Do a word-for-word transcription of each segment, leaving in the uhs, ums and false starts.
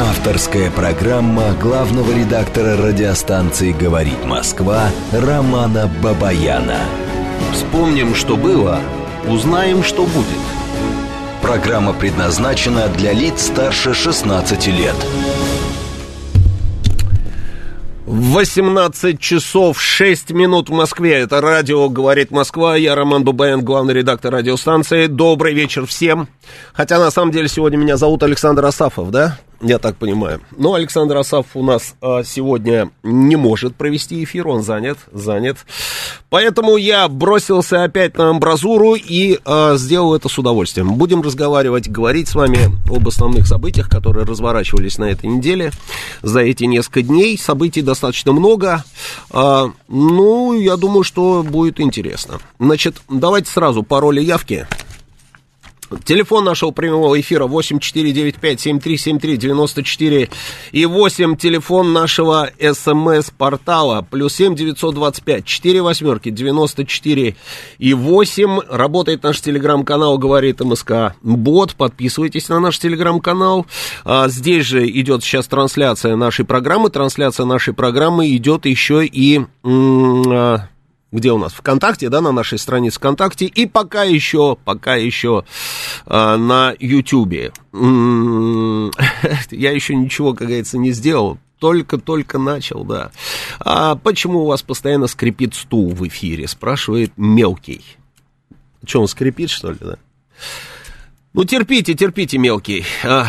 Авторская программа главного редактора радиостанции «Говорит Москва» Романа Бабаяна. Вспомним, что было, узнаем, что будет. Программа предназначена для лиц старше шестнадцати лет. восемнадцать часов шесть минут в Москве. Это радио «Говорит Москва». Я Роман Бабаян, главный редактор радиостанции. Добрый вечер всем. Хотя, на самом деле, сегодня меня зовут Александр Асафов, да? Я так понимаю. Но Александр Асафов у нас а, сегодня не может провести эфир. Он занят, занят. Поэтому я бросился опять на амбразуру и а, сделал это с удовольствием. Будем разговаривать, говорить с вами об основных событиях, которые разворачивались на этой неделе. За эти несколько дней событий достаточно много. А, ну, я думаю, что будет интересно. Значит, давайте сразу пароли явки. Телефон нашего прямого эфира восемь четыре девять пять семь три семь три девяносто четыре и восемь. Телефон нашего СМС-портала плюс семь девятьсот двадцать пять четыре восьмерки девяносто четыре и восемь. Работает наш телеграм-канал «Говорит МСК Бот». Подписывайтесь на наш телеграм-канал. А, здесь же идет сейчас трансляция нашей программы. Трансляция нашей программы идет еще и... М- где у нас? ВКонтакте, да, на нашей странице ВКонтакте, и пока еще, пока еще а, на Ютубе. М-м-м, я еще ничего, как говорится, не сделал, только-только начал, да. А почему у вас постоянно скрипит стул в эфире, спрашивает Мелкий. Что, он скрипит, что ли, да? Ну, терпите, терпите, Мелкий. А...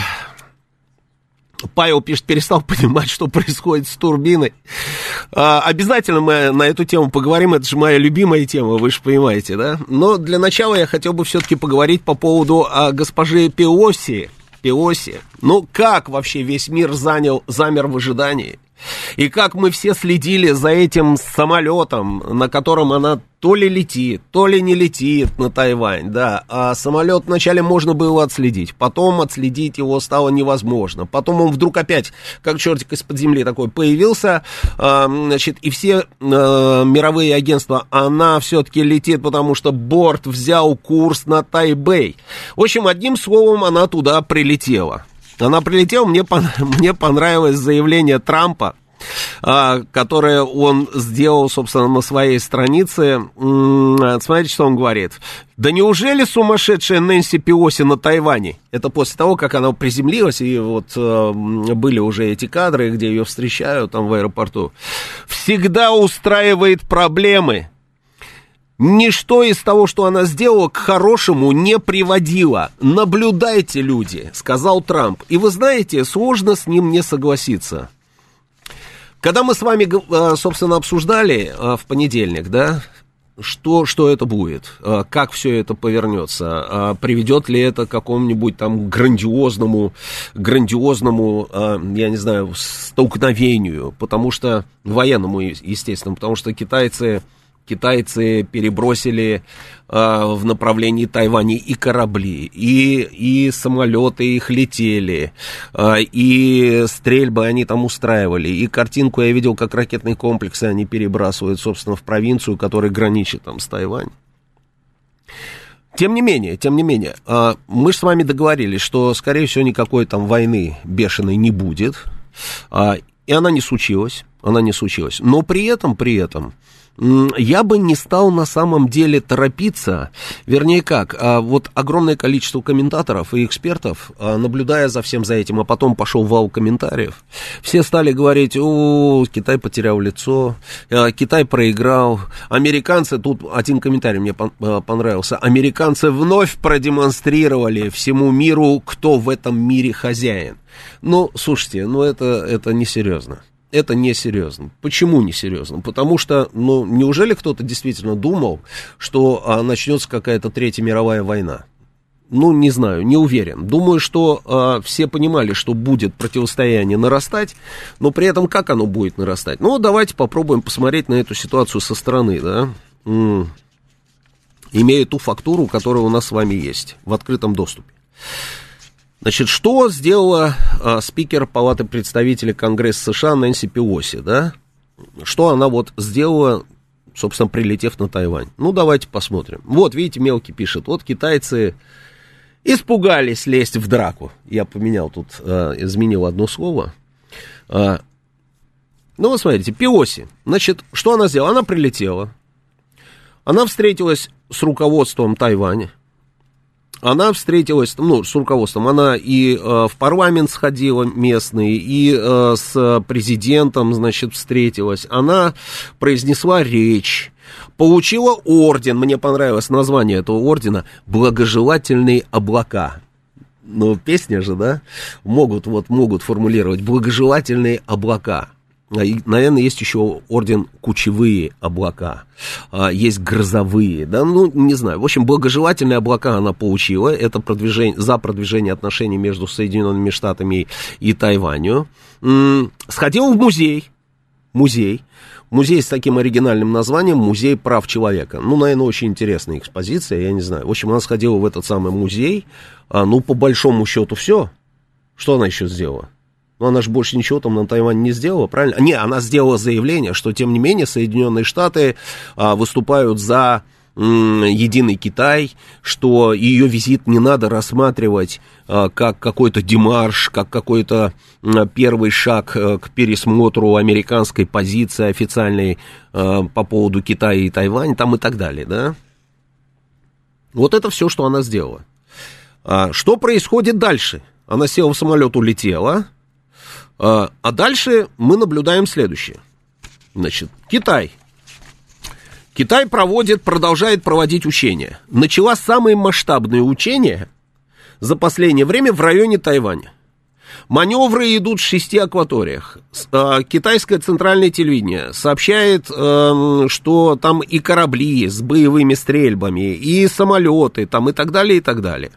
Павел пишет, перестал понимать, что происходит с турбиной. А, обязательно мы на эту тему поговорим, это же моя любимая тема, вы же понимаете, да? Но для начала я хотел бы все-таки поговорить по поводу а, госпожи Пелоси. Пелоси. Ну, как вообще весь мир занял, замер в ожидании? И как мы все следили за этим самолетом, на котором она то ли летит, то ли не летит на Тайвань, да. А самолет вначале можно было отследить, потом отследить его стало невозможно. Потом он вдруг опять, как чертик из-под земли такой, появился, а, значит, и все а, мировые агентства, она все-таки летит, потому что борт взял курс на Тайбэй. В общем, одним словом, она туда прилетела. Она прилетела, мне, мне понравилось заявление Трампа, а, которое он сделал, собственно, на своей странице. М-м, смотрите, что он говорит. Да неужели сумасшедшая Нэнси Пелоси на Тайване? Это после того, как она приземлилась, и вот э, были уже эти кадры, где ее встречают там в аэропорту. Всегда устраивает проблемы. Ничто из того, что она сделала, к хорошему не приводило. Наблюдайте, люди, сказал Трамп. И вы знаете, сложно с ним не согласиться. Когда мы с вами, собственно, обсуждали в понедельник, да, что, что это будет, как все это повернется, приведет ли это к какому-нибудь там грандиозному, грандиозному, я не знаю, столкновению, потому что, военному, естественно, потому что китайцы... Китайцы перебросили э, в направлении Тайваня и корабли, и, и самолеты их летели, э, и стрельбы они там устраивали, и картинку я видел, как ракетные комплексы они перебрасывают, собственно, в провинцию, которая граничит там с Тайванем. Тем не менее, тем не менее, э, мы же с вами договорились, что, скорее всего, никакой там войны бешеной не будет, э, и она не случилась, она не случилась, но при этом, при этом... Я бы не стал на самом деле торопиться, вернее как, вот огромное количество комментаторов и экспертов, наблюдая за всем за этим, а потом пошел вал комментариев, все стали говорить: о, Китай потерял лицо, Китай проиграл, американцы, тут один комментарий мне понравился, американцы вновь продемонстрировали всему миру, кто в этом мире хозяин. Ну, слушайте, ну это, это несерьезно. Это несерьезно. Почему несерьезно? Потому что, ну, неужели кто-то действительно думал, что а, начнется какая-то Третья мировая война? Ну, не знаю, не уверен. Думаю, что а, все понимали, что будет противостояние нарастать, но при этом как оно будет нарастать? Ну, давайте попробуем посмотреть на эту ситуацию со стороны, да, М-м. имея ту фактуру, которая у нас с вами есть в открытом доступе. Значит, что сделала а, спикер Палаты представителей Конгресса США Нэнси Пелоси, да? Что она вот сделала, собственно, прилетев на Тайвань? Ну, давайте посмотрим. Вот, видите, Мелкий пишет, вот китайцы, испугались лезть в драку. Я поменял тут, э, изменил одно слово. Э, ну, вот смотрите, Пелоси. Значит, что она сделала? Она прилетела. Она встретилась с руководством Тайваня. Она встретилась, ну, с руководством. Она и э, в парламент сходила местный, и э, с президентом, значит, встретилась. Она произнесла речь. Получила орден, мне понравилось название этого ордена, «Благожелательные облака». Ну, песня же, да? Могут, вот, могут формулировать «Благожелательные облака». И, наверное, есть еще орден «Кучевые облака», есть «Грозовые», да, ну, не знаю. В общем, «Благожелательные облака» она получила, это продвижение, за продвижение отношений между Соединенными Штатами и Тайванью. Сходила в музей, музей, Музей с таким оригинальным названием «Музей прав человека». Ну, наверное, очень интересная экспозиция, я не знаю. В общем, она сходила в этот самый музей. А, ну, по большому счету, все. Что она еще сделала? Ну, она же больше ничего там на Тайване не сделала, правильно? Не, она сделала заявление, что, тем не менее, Соединенные Штаты а, выступают за м, единый Китай, что ее визит не надо рассматривать а, как какой-то демарш, как какой-то а, первый шаг а, к пересмотру американской позиции официальной а, по поводу Китая и Тайваня, там и так далее, да? Вот это все, что она сделала. А, что происходит дальше? Она села в самолет, улетела. А дальше мы наблюдаем следующее. Значит, Китай. Китай проводит, продолжает проводить учения. Начала самые масштабные учения за последнее время в районе Тайваня. Маневры идут в шести акваториях. Китайское центральное телевидение сообщает, что там и корабли с боевыми стрельбами, и самолеты, там, и так далее, и так далее.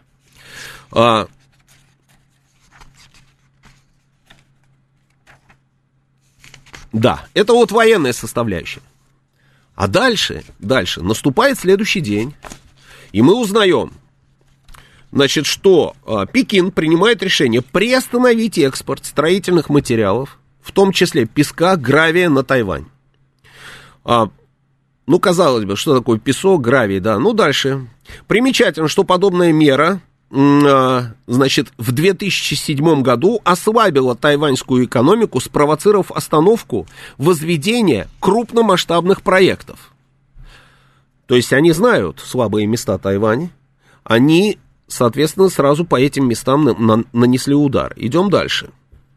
Да, это вот военная составляющая. А дальше, дальше наступает следующий день, и мы узнаем, значит, что а, Пекин принимает решение приостановить экспорт строительных материалов, в том числе песка, гравия на Тайвань. А, ну, казалось бы, что такое песок, гравий, да. Ну, дальше. Примечательно, что подобная мера, значит, в две тысячи седьмом году ослабила тайваньскую экономику, спровоцировав остановку возведения крупномасштабных проектов. То есть они знают слабые места Тайваня, они, соответственно, сразу по этим местам на- на- нанесли удар. Идем дальше.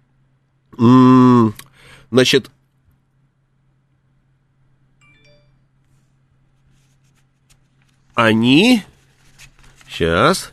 М- значит, они... Сейчас...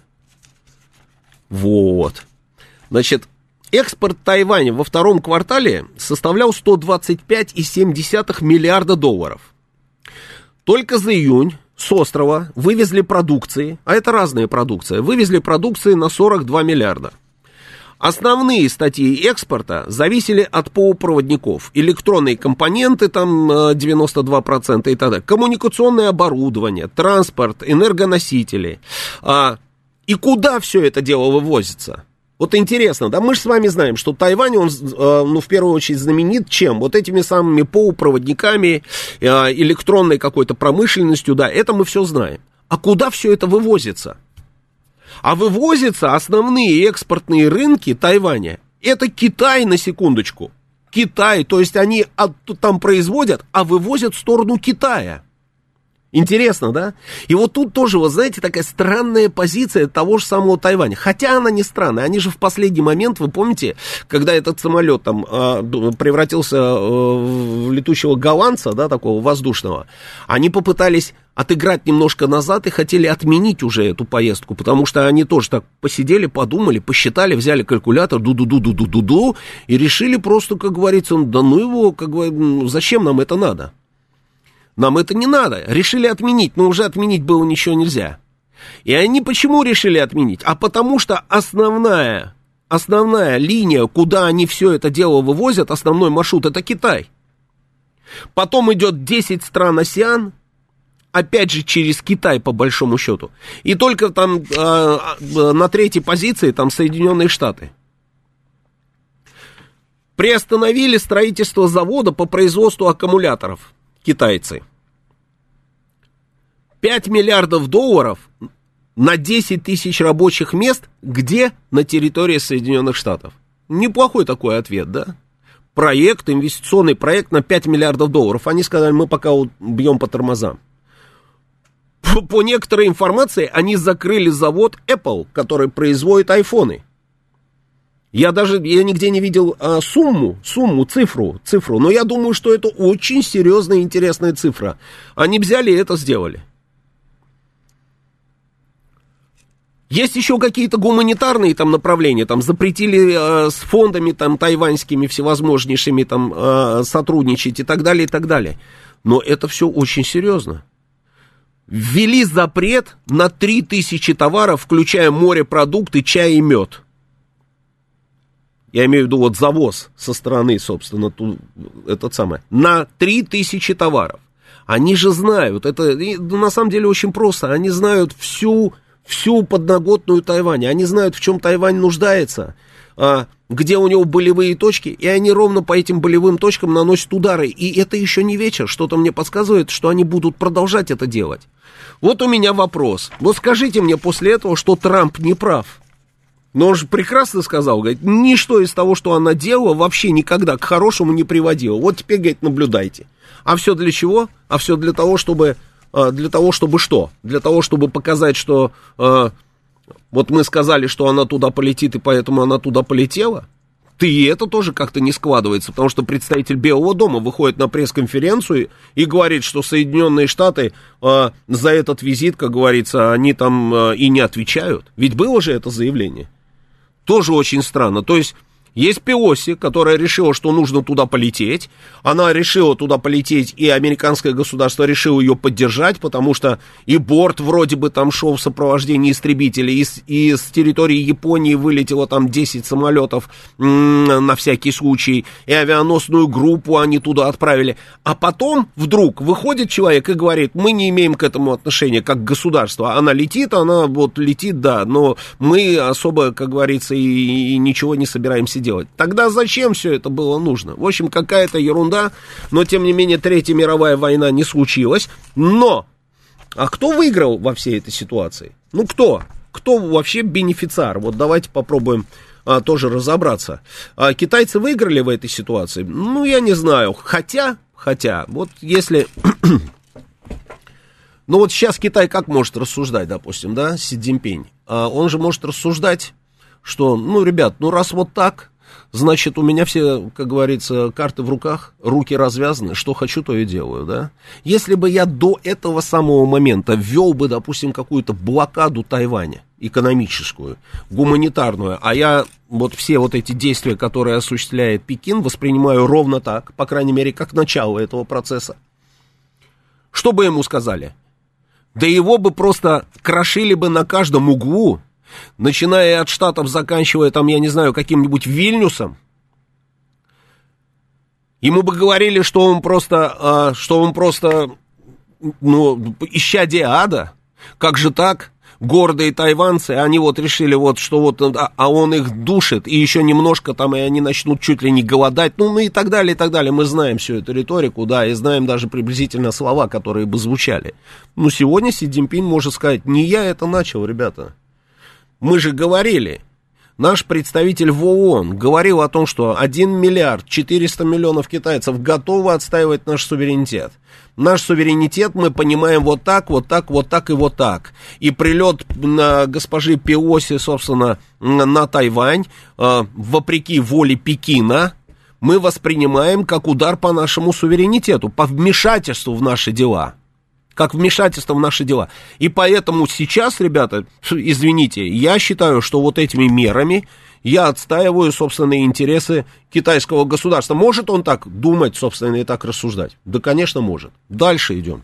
Вот. Значит, экспорт Тайваня во втором квартале составлял сто двадцать пять целых семь десятых миллиарда долларов. Только за июнь с острова вывезли продукции, а это разные продукции, вывезли продукции на сорок два миллиарда. Основные статьи экспорта зависели от полупроводников. Электронные компоненты, там девяносто два процента и так далее. Коммуникационное оборудование, транспорт, энергоносители. И куда все это дело вывозится? Вот интересно, да, мы же с вами знаем, что Тайвань, он, ну, в первую очередь знаменит чем? Вот этими самыми полупроводниками, электронной какой-то промышленностью, да, это мы все знаем. А куда все это вывозится? А вывозятся основные экспортные рынки Тайваня. Это Китай, на секундочку. Китай, то есть они от, там производят, а вывозят в сторону Китая. Интересно, да? И вот тут тоже, вот знаете, такая странная позиция того же самого Тайваня. Хотя она не странная. Они же в последний момент, вы помните, когда этот самолет там э, превратился э, в летучего голландца, да, такого воздушного, они попытались отыграть немножко назад и хотели отменить уже эту поездку, потому что они тоже так посидели, подумали, посчитали, взяли калькулятор, ду-ду-ду-ду-ду-ду, и решили просто, как говорится, да ну его, как бы, зачем нам это надо? Нам это не надо. Решили отменить, но уже отменить было ничего нельзя. И они почему решили отменить? А потому что основная, основная линия, куда они все это дело вывозят, основной маршрут, это Китай. Потом идет десять стран АСЕАН, опять же через Китай по большому счету. И только там э, на третьей позиции там Соединенные Штаты. Приостановили строительство завода по производству аккумуляторов. Китайцы. пять миллиардов долларов на десять тысяч рабочих мест, где? На территории Соединенных Штатов. Неплохой такой ответ, да? Проект, инвестиционный проект на пять миллиардов долларов. Они сказали, мы пока бьем по тормозам. По, по некоторой информации, они закрыли завод Apple, который производит айфоны. Я даже, я нигде не видел а, сумму, сумму, цифру, цифру, но я думаю, что это очень серьезная и интересная цифра. Они взяли и это сделали. Есть еще какие-то гуманитарные там направления, там запретили э, с фондами там тайваньскими всевозможнейшими там э, сотрудничать и так далее, и так далее. Но это все очень серьезно. Ввели запрет на три тысячи товаров, включая морепродукты, чай и мед. Я имею в виду вот завоз со стороны, собственно, ту, этот самый, на три тысячи товаров. Они же знают, это на самом деле очень просто, они знают всю... всю подноготную Тайваня. Они знают, в чем Тайвань нуждается, а, где у него болевые точки, и они ровно по этим болевым точкам наносят удары. И это еще не вечер. Что-то мне подсказывает, что они будут продолжать это делать. Вот у меня вопрос. Вот скажите мне после этого, что Трамп не прав. Но он же прекрасно сказал, говорит, ничто из того, что она делала, вообще никогда к хорошему не приводило. Вот теперь, говорит, наблюдайте. А все для чего? А все для того, чтобы... Для того, чтобы что? Для того, чтобы показать, что э, вот мы сказали, что она туда полетит, и поэтому она туда полетела? Ты и это тоже как-то не складывается, потому что представитель Белого дома выходит на пресс-конференцию и говорит, что Соединенные Штаты э, за этот визит, как говорится, они там э, и не отвечают. Ведь было же это заявление. Тоже очень странно. То есть... Есть Пелоси, которая решила, что нужно туда полететь. Она решила туда полететь, и американское государство решило ее поддержать, потому что и борт вроде бы там шел в сопровождении истребителей, и с, и с территории Японии вылетело там десять самолетов м- на всякий случай, и авианосную группу они туда отправили. А потом вдруг выходит человек и говорит, мы не имеем к этому отношения как государство. Она летит, она вот летит, да, но мы особо, как говорится, и, и ничего не собираемся делать. делать. Тогда зачем все это было нужно? В общем, какая-то ерунда, но, тем не менее, Третья мировая война не случилась. Но, а кто выиграл во всей этой ситуации? Ну, кто? Кто вообще бенефициар? Вот давайте попробуем а, тоже разобраться. А, китайцы выиграли в этой ситуации? Ну, я не знаю. Хотя, хотя, вот если... Ну, вот сейчас Китай как может рассуждать, допустим, да, Си Цзиньпинь? А, он же может рассуждать, что, ну, ребят, ну, раз вот так... Значит, у меня все, как говорится, карты в руках, руки развязаны, что хочу, то и делаю, да? Если бы я до этого самого момента ввел бы, допустим, какую-то блокаду Тайваня, экономическую, гуманитарную, а я вот все вот эти действия, которые осуществляет Пекин, воспринимаю ровно так, по крайней мере, как начало этого процесса, что бы ему сказали? Да его бы просто крошили бы на каждом углу, начиная от Штатов, заканчивая там, я не знаю, каким-нибудь Вильнюсом. Ему бы говорили, что он просто, что он просто, ну, исчадие ада. Как же так? Гордые тайванцы, они вот решили, вот, что вот, а он их душит, и еще немножко там, и они начнут чуть ли не голодать, ну, ну и так далее, и так далее. Мы знаем всю эту риторику, да, и знаем даже приблизительно слова, которые бы звучали. Но сегодня Си Цзиньпинь может сказать, не я это начал, ребята. Мы же говорили, наш представитель в ООН говорил о том, что один миллиард четыреста миллионов китайцев готовы отстаивать наш суверенитет. Наш суверенитет мы понимаем вот так, вот так, вот так и вот так. И прилет на госпожи Пелоси, собственно, на Тайвань, э, вопреки воле Пекина, мы воспринимаем как удар по нашему суверенитету, по вмешательству в наши дела. Как вмешательство в наши дела. И поэтому сейчас, ребята, извините, я считаю, что вот этими мерами я отстаиваю собственные интересы китайского государства. Может он так думать, собственно, и так рассуждать? Да, конечно, может. Дальше идем.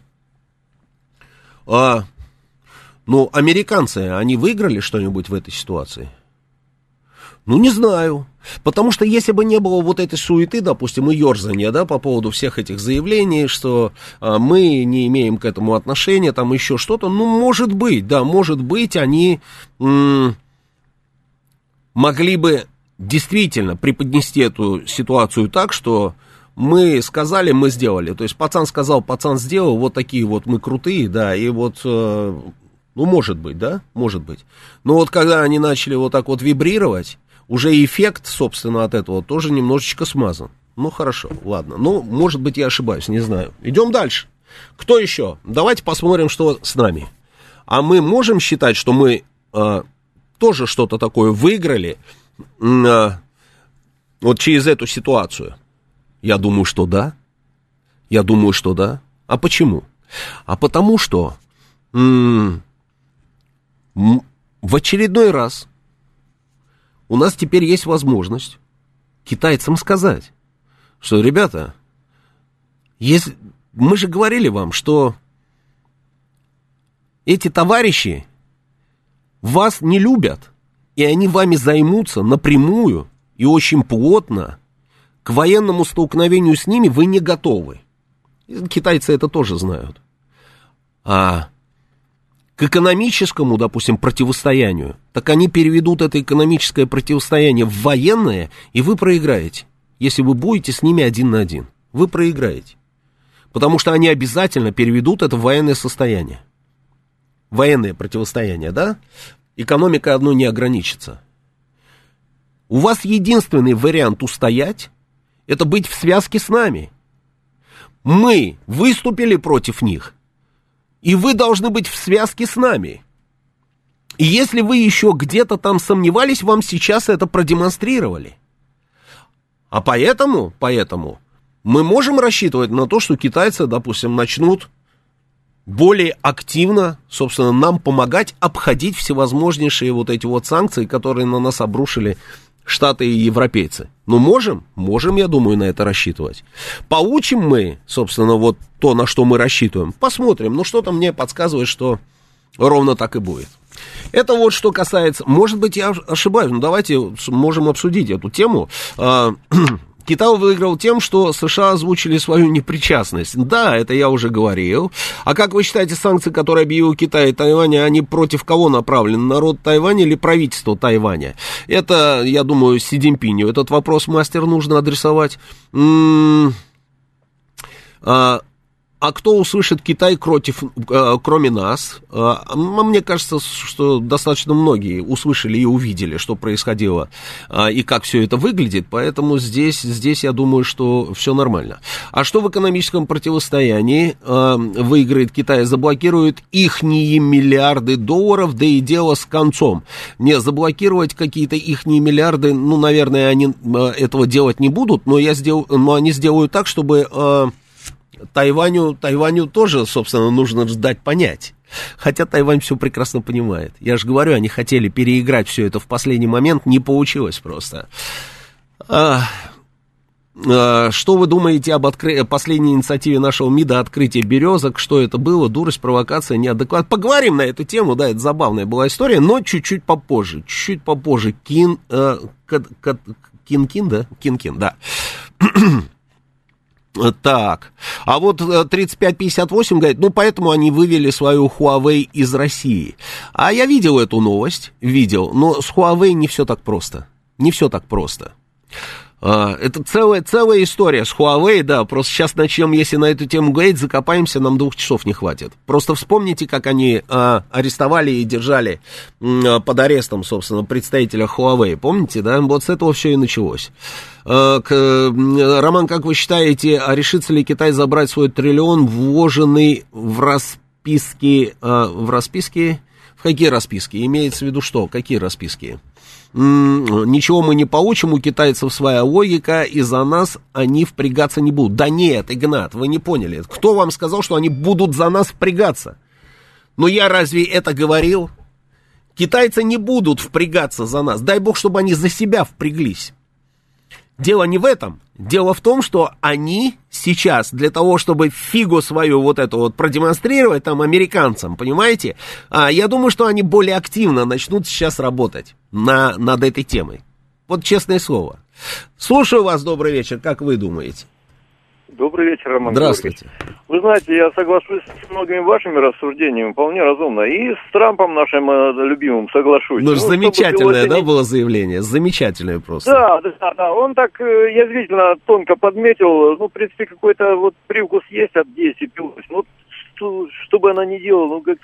А, ну, американцы, они выиграли что-нибудь в этой ситуации? Ну, не знаю. Потому что если бы не было вот этой суеты, допустим, и ерзания, да, по поводу всех этих заявлений, что а, мы не имеем к этому отношения, там еще что-то, ну, может быть, да, может быть, они м- могли бы действительно преподнести эту ситуацию так, что мы сказали, мы сделали. То есть пацан сказал, пацан сделал, вот такие вот мы крутые, да, и вот... Э- Ну, может быть, да? Может быть. Но вот когда они начали вот так вот вибрировать, уже эффект, собственно, от этого тоже немножечко смазан. Ну, хорошо, ладно. Ну, может быть, я ошибаюсь, не знаю. Идем дальше. Кто еще? Давайте посмотрим, что с нами. А мы можем считать, что мы э, тоже что-то такое выиграли э, вот через эту ситуацию? Я думаю, что да. Я думаю, что да. А почему? А потому что м- м- в очередной раз у нас теперь есть возможность китайцам сказать, что, ребята, если... мы же говорили вам, что эти товарищи вас не любят, и они вами займутся напрямую и очень плотно. К военному столкновению с ними вы не готовы. Китайцы это тоже знают. А к экономическому, допустим, противостоянию, так они переведут это экономическое противостояние в военное, и вы проиграете. Если вы будете с ними один на один, вы проиграете. Потому что они обязательно переведут это в военное состояние. Военное противостояние, да? Экономика одной не ограничится. У вас единственный вариант устоять, это быть в связке с нами. Мы выступили против них, и вы должны быть в связке с нами. И если вы еще где-то там сомневались, вам сейчас это продемонстрировали. А поэтому, поэтому мы можем рассчитывать на то, что китайцы, допустим, начнут более активно, собственно, нам помогать обходить всевозможнейшие вот эти вот санкции, которые на нас обрушили Штаты и европейцы. Ну, можем? Можем, я думаю, на это рассчитывать. Получим мы, собственно, вот то, на что мы рассчитываем. Посмотрим. Ну, что-то мне подсказывает, что ровно так и будет. Это вот что касается... Может быть, я ошибаюсь, но давайте можем обсудить эту тему. Китай выиграл тем, что США озвучили свою непричастность. Да, это я уже говорил. А как вы считаете, санкции, которые объявил Китай и Тайвань, они против кого направлены? Народ Тайваня или правительство Тайваня? Это, я думаю, Си Цзиньпиню. Этот вопрос, мастер, нужно адресовать. М-м- а- А кто услышит Китай против, э, кроме нас? Э, мне кажется, что достаточно многие услышали и увидели, что происходило э, и как все это выглядит, поэтому здесь, здесь я думаю, что все нормально. А что в экономическом противостоянии э, выиграет Китай? Заблокирует ихние миллиарды долларов, да и дело с концом. Не, заблокировать какие-то ихние миллиарды, ну, наверное, они э, этого делать не будут, но, я сдел, но они сделают так, чтобы... Э, Тайваню, Тайваню тоже, собственно, нужно дать понять. Хотя Тайвань все прекрасно понимает. Я же говорю, они хотели переиграть все это в последний момент, не получилось просто. А, а, что вы думаете об откры... последней инициативе нашего МИДа открытия березок? Что это было? Дурость, провокация, неадекват? Поговорим на эту тему, да, это забавная была история, но чуть-чуть попозже. Чуть-чуть попозже. Кин... Э, Кин-Кин, да? Кин-Кин, да. Так, а вот тридцать пять пятьдесят восемь говорит, ну, поэтому они вывели свою Huawei из России. А я видел эту новость, видел, но с Huawei не все так просто, не все так просто. Это целая, целая история с Huawei, да, просто сейчас начнем, если на эту тему говорить, закопаемся, нам двух часов не хватит. Просто вспомните, как они а, арестовали и держали а, под арестом, собственно, представителя Huawei, помните, да, вот с этого все и началось. А, к, Роман, как вы считаете, а решится ли Китай забрать свой триллион, вложенный в расписки, а, в расписки, в какие расписки, имеется в виду что, какие расписки? Ничего мы не получим, у китайцев своя логика, и за нас они впрягаться не будут. Да нет, Игнат, вы не поняли. Кто вам сказал, что они будут за нас впрягаться? Ну я разве это говорил? Китайцы не будут впрягаться за нас. Дай бог, чтобы они за себя впряглись. Дело не в этом. Дело в том, что они сейчас для того, чтобы фигу свою вот эту вот продемонстрировать там американцам, понимаете, а, я думаю, что они более активно начнут сейчас работать на, над этой темой. Вот честное слово. Слушаю вас, добрый вечер, как вы думаете? Добрый вечер, Роман. Здравствуйте. Вы знаете, я соглашусь с многими вашими рассуждениями, вполне разумно. И с Трампом нашим э, любимым соглашусь. Ну, ну замечательное, да, не... было заявление? Замечательное просто. Да, да, да. Он так э, язвительно, тонко подметил. Ну, в принципе, какой-то вот привкус есть от Десять. Ну, что бы она ни делала, ну, как-то вот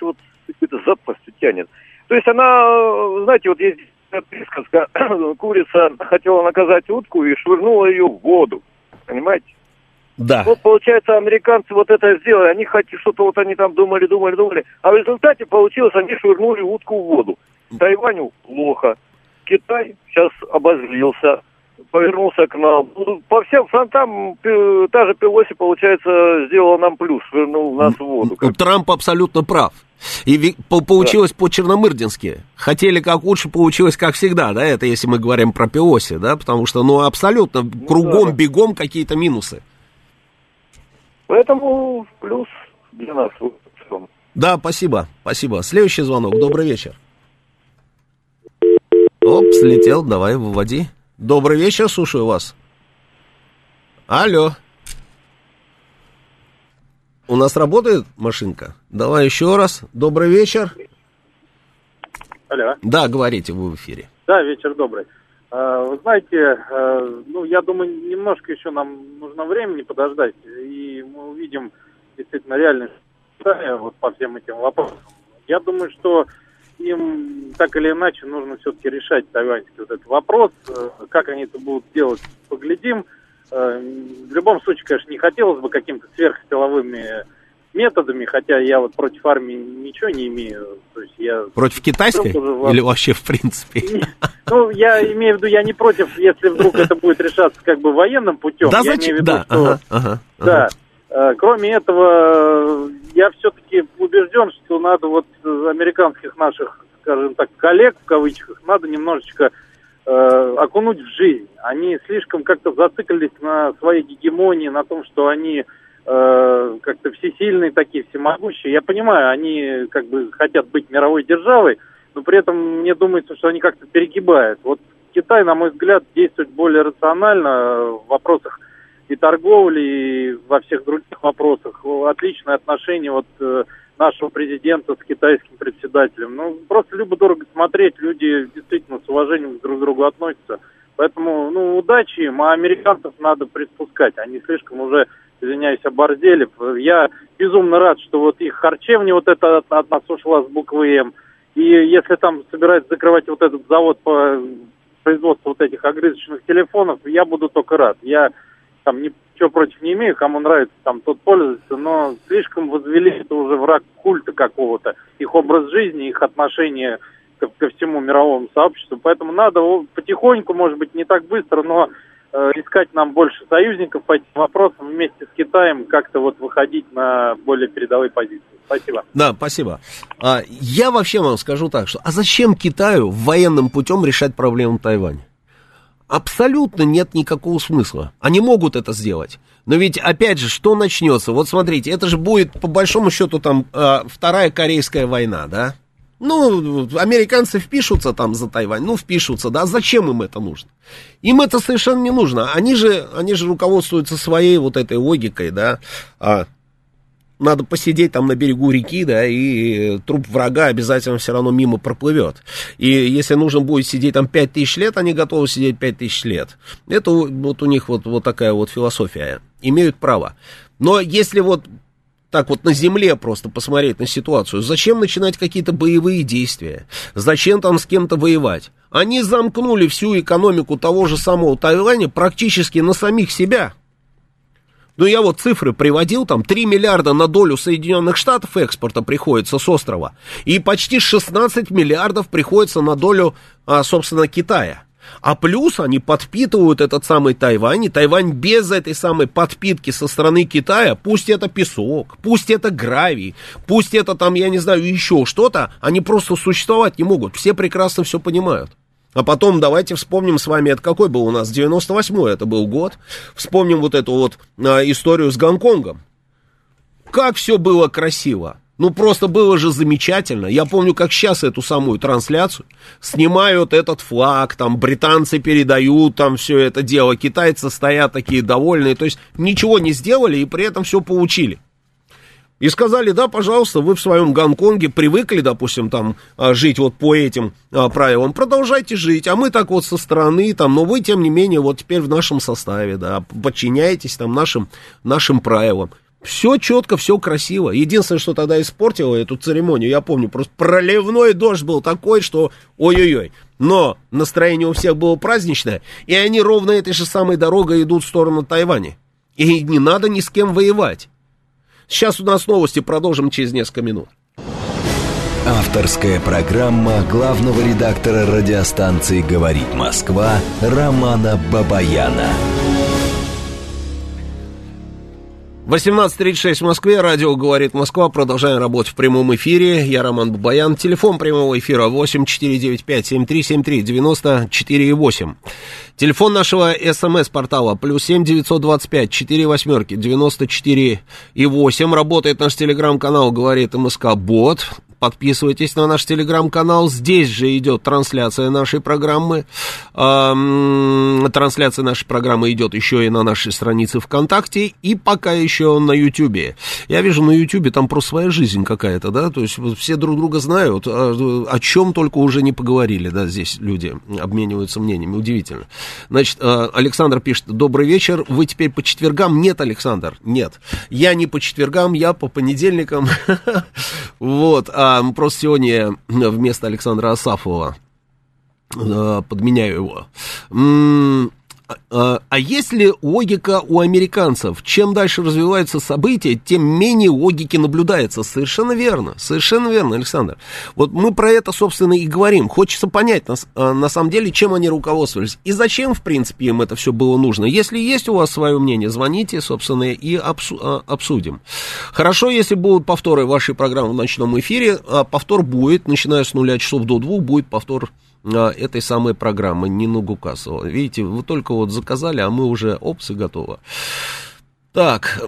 какой-то запахостью тянет. То есть она, знаете, вот есть присказка, курица хотела наказать утку и швырнула ее в воду, понимаете? Да. Вот, получается, американцы вот это сделали, они хотели, что-то вот они там думали, думали, думали, а в результате получилось, они швырнули утку в воду. Тайваню плохо, Китай сейчас обозлился, повернулся к нам. По всем фронтам та же Пелоси, получается, сделала нам плюс, швырнул нас в воду. Как... Трамп абсолютно прав. И получилось да. по-черномырдински. Хотели как лучше, получилось как всегда, да, это если мы говорим про Пелоси, да, потому что, ну, абсолютно ну, кругом, да. бегом какие-то минусы. Поэтому плюс для нас. Да, спасибо, спасибо. Следующий звонок, добрый вечер. Оп, слетел, давай, выводи. Добрый вечер, слушаю вас. Алло. У нас работает машинка? Давай еще раз. Добрый вечер. Алло. Да, говорите, вы в эфире. Да, вечер добрый. Вы знаете, ну, я думаю, немножко еще нам нужно времени подождать, и мы увидим действительно реальность вот по всем этим вопросам. Я думаю, что им так или иначе нужно все-таки решать тайваньский вот этот вопрос. Как они это будут делать, поглядим. В любом случае, конечно, не хотелось бы какими-то сверхсиловыми методами, хотя я вот против армии ничего не имею. То есть я против китайской? Уже... Или вообще в принципе? Ну, я имею в виду, я не против, если вдруг это будет решаться как бы военным путем. Да, я зачем? Имею в виду, да, что... ага, ага, да. Ага. Кроме этого, я все-таки убежден, что надо вот американских наших, скажем так, коллег, в кавычках, надо немножечко э, окунуть в жизнь. Они слишком как-то зациклились на своей гегемонии, на том, что они э, как-то всесильные такие, всемогущие. Я понимаю, они как бы хотят быть мировой державой, но при этом мне думается, что они как-то перегибают. Вот Китай, на мой взгляд, действует более рационально в вопросах и торговли, и во всех других вопросах. Отличные отношения вот нашего президента с китайским председателем. Ну, просто любо-дорого смотреть, люди действительно с уважением друг к другу относятся. Поэтому, ну, удачи им, а американцев надо приспускать. Они слишком уже, извиняюсь, оборзели. Я безумно рад, что вот их харчевня вот эта от, от нас ушла с буквы «М». И если там собираются закрывать вот этот завод по производству вот этих огрызочных телефонов, я буду только рад. Я там ничего против не имею, кому нравится, там тот пользуется, но слишком возвели это уже враг культа какого-то, их образ жизни, их отношение ко, ко всему мировому сообществу. Поэтому надо потихоньку, может быть, не так быстро, но э, искать нам больше союзников по этим вопросам, вместе с Китаем как-то вот выходить на более передовые позиции. Спасибо. Да, спасибо. А, я вообще вам скажу так, что а зачем Китаю военным путем решать проблему Тайваня? Абсолютно нет никакого смысла. Они могут это сделать. Но ведь, опять же, что начнется? Вот смотрите, это же будет, по большому счету, там, э, Вторая Корейская война, да? Ну, американцы впишутся там за Тайвань, ну, впишутся, да? Зачем им это нужно? Им это совершенно не нужно. Они же, они же руководствуются своей вот этой логикой, да? А, надо посидеть там на берегу реки, да, и труп врага обязательно все равно мимо проплывет. И если нужно будет сидеть там пять тысяч лет, они готовы сидеть пять тысяч лет. Это вот у них вот, вот такая вот философия. Имеют право. Но если вот так вот на земле просто посмотреть на ситуацию, зачем начинать какие-то боевые действия? Зачем там с кем-то воевать? Они замкнули всю экономику того же самого Тайваня практически на самих себя. Ну, я вот цифры приводил, там три миллиарда на долю Соединенных Штатов экспорта приходится с острова, и почти шестнадцать миллиардов приходится на долю, а, собственно, Китая. А плюс они подпитывают этот самый Тайвань, и Тайвань без этой самой подпитки со стороны Китая, пусть это песок, пусть это гравий, пусть это там, я не знаю, еще что-то, они просто существовать не могут, все прекрасно все понимают. А потом давайте вспомним с вами, это какой был у нас, девяносто восьмой это был год, вспомним вот эту вот а, историю с Гонконгом. Как все было красиво, ну просто было же замечательно. Я помню, как сейчас эту самую трансляцию снимают этот флаг, там британцы передают там все это дело, китайцы стоят такие довольные, то есть ничего не сделали и при этом все получили. И сказали, да, пожалуйста, вы в своем Гонконге привыкли, допустим, там, жить вот по этим а, правилам, продолжайте жить, а мы так вот со стороны, там, но вы, тем не менее, вот теперь в нашем составе, да, подчиняетесь там нашим, нашим правилам. Все четко, все красиво. Единственное, что тогда испортило эту церемонию, я помню, просто проливной дождь был такой, что ой-ой-ой. Но настроение у всех было праздничное, и они ровно этой же самой дорогой идут в сторону Тайваня. И не надо ни с кем воевать. Сейчас у нас новости, продолжим через несколько минут. Авторская программа главного редактора радиостанции «Говорит Москва» Романа Бабаяна. восемнадцать тридцать шесть в Москве, радио «Говорит Москва», продолжаем работать в прямом эфире, я Роман Бабаян, телефон прямого эфира восемь четыре девять пять семь три семь три девяносто четыре восемь, телефон нашего СМС-портала плюс семь девятьсот двадцать пять четыре восьмерки девяносто четыре восемь, работает наш телеграм-канал «Говорит МСК Бот». Подписывайтесь на наш телеграм-канал. Здесь же идет трансляция нашей программы. Эм, трансляция нашей программы идет еще и на нашей странице ВКонтакте. И пока еще на Ютьюбе. Я вижу на Ютьюбе там просто своя жизнь какая-то, да. То есть все друг друга знают. О, о чем только уже не поговорили, да. Здесь люди обмениваются мнениями. Удивительно. Значит, Александр пишет: добрый вечер. Вы теперь по четвергам? Нет, Александр, нет. Я не по четвергам, я по понедельникам. Вот. Просто сегодня вместо Александра Асафова подменяю его. А есть ли логика у американцев? Чем дальше развиваются события, тем менее логики наблюдается. Совершенно верно, совершенно верно, Александр. Вот мы про это, собственно, и говорим. Хочется понять, на, на самом деле, чем они руководствовались. И зачем, в принципе, им это все было нужно. Если есть у вас свое мнение, звоните, собственно, и обсу- обсудим. Хорошо, если будут повторы вашей программы в ночном эфире. Повтор будет, начиная с нуля часов до двух, будет повтор этой самой программы Нина Гукасова. Видите, вы только вот заказали, а мы уже опсы готовы. Так.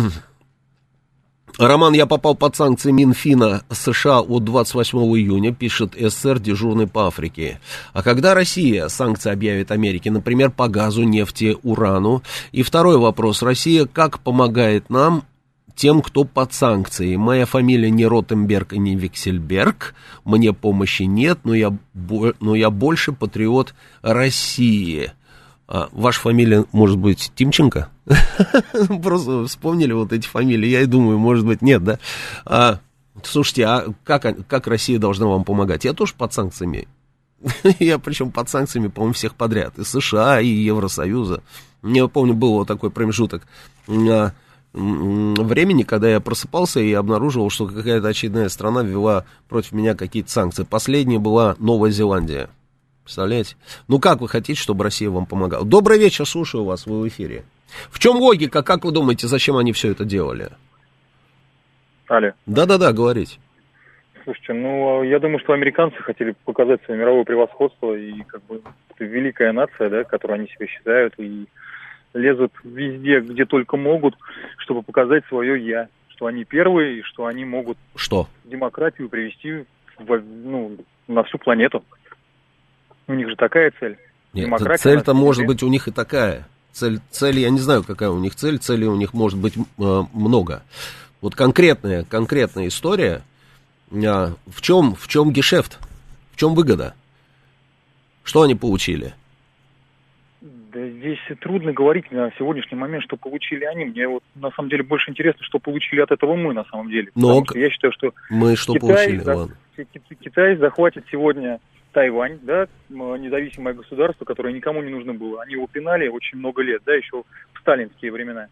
Роман, я попал под санкции Минфина США от двадцать восьмого июня, пишет СССР, дежурный по Африке. А когда Россия санкции объявит Америке, например, по газу, нефти, урану? И второй вопрос. Россия как помогает нам, тем, кто под санкцией? Моя фамилия не Ротенберг и не Виксельберг, мне помощи нет, но я, но я больше патриот России. А, ваша фамилия, может быть, Тимченко? Просто вспомнили вот эти фамилии, я и думаю, может быть, нет, да? А, слушайте, а как, как Россия должна вам помогать? Я тоже под санкциями. Я причем под санкциями, по-моему, всех подряд. И США, и Евросоюза. Я помню, был вот такой промежуток времени, когда я просыпался и обнаруживал, что какая-то очередная страна ввела против меня какие-то санкции. Последняя была Новая Зеландия. Представляете? Ну, как вы хотите, чтобы Россия вам помогала? Добрый вечер, слушаю вас, вы в эфире. В чем логика? Как вы думаете, зачем они все это делали? Алло. Да-да-да, говорите. Слушайте, ну, я думаю, что американцы хотели показать свое мировое превосходство, и как бы это великая нация, да, которую они себя считают, и лезут везде, где только могут, чтобы показать свое «я», что они первые, и что они могут что? демократию привести в, ну, на всю планету. У них же такая цель. Нет, цель-то может быть у них и такая. Цель, цель, я не знаю, какая у них цель, целей у них может быть э, много. Вот конкретная, конкретная история, э, в чем, в чем гешефт, в чем выгода? Что они получили? Да здесь трудно говорить на сегодняшний момент, что получили они. Мне вот на самом деле больше интересно, что получили от этого мы на самом деле. Но что я считаю, что мы что Китай, получили, за... ладно. Китай захватит сегодня Тайвань, да, независимое государство, которое никому не нужно было. Они его пинали очень много лет, да, еще в сталинские времена.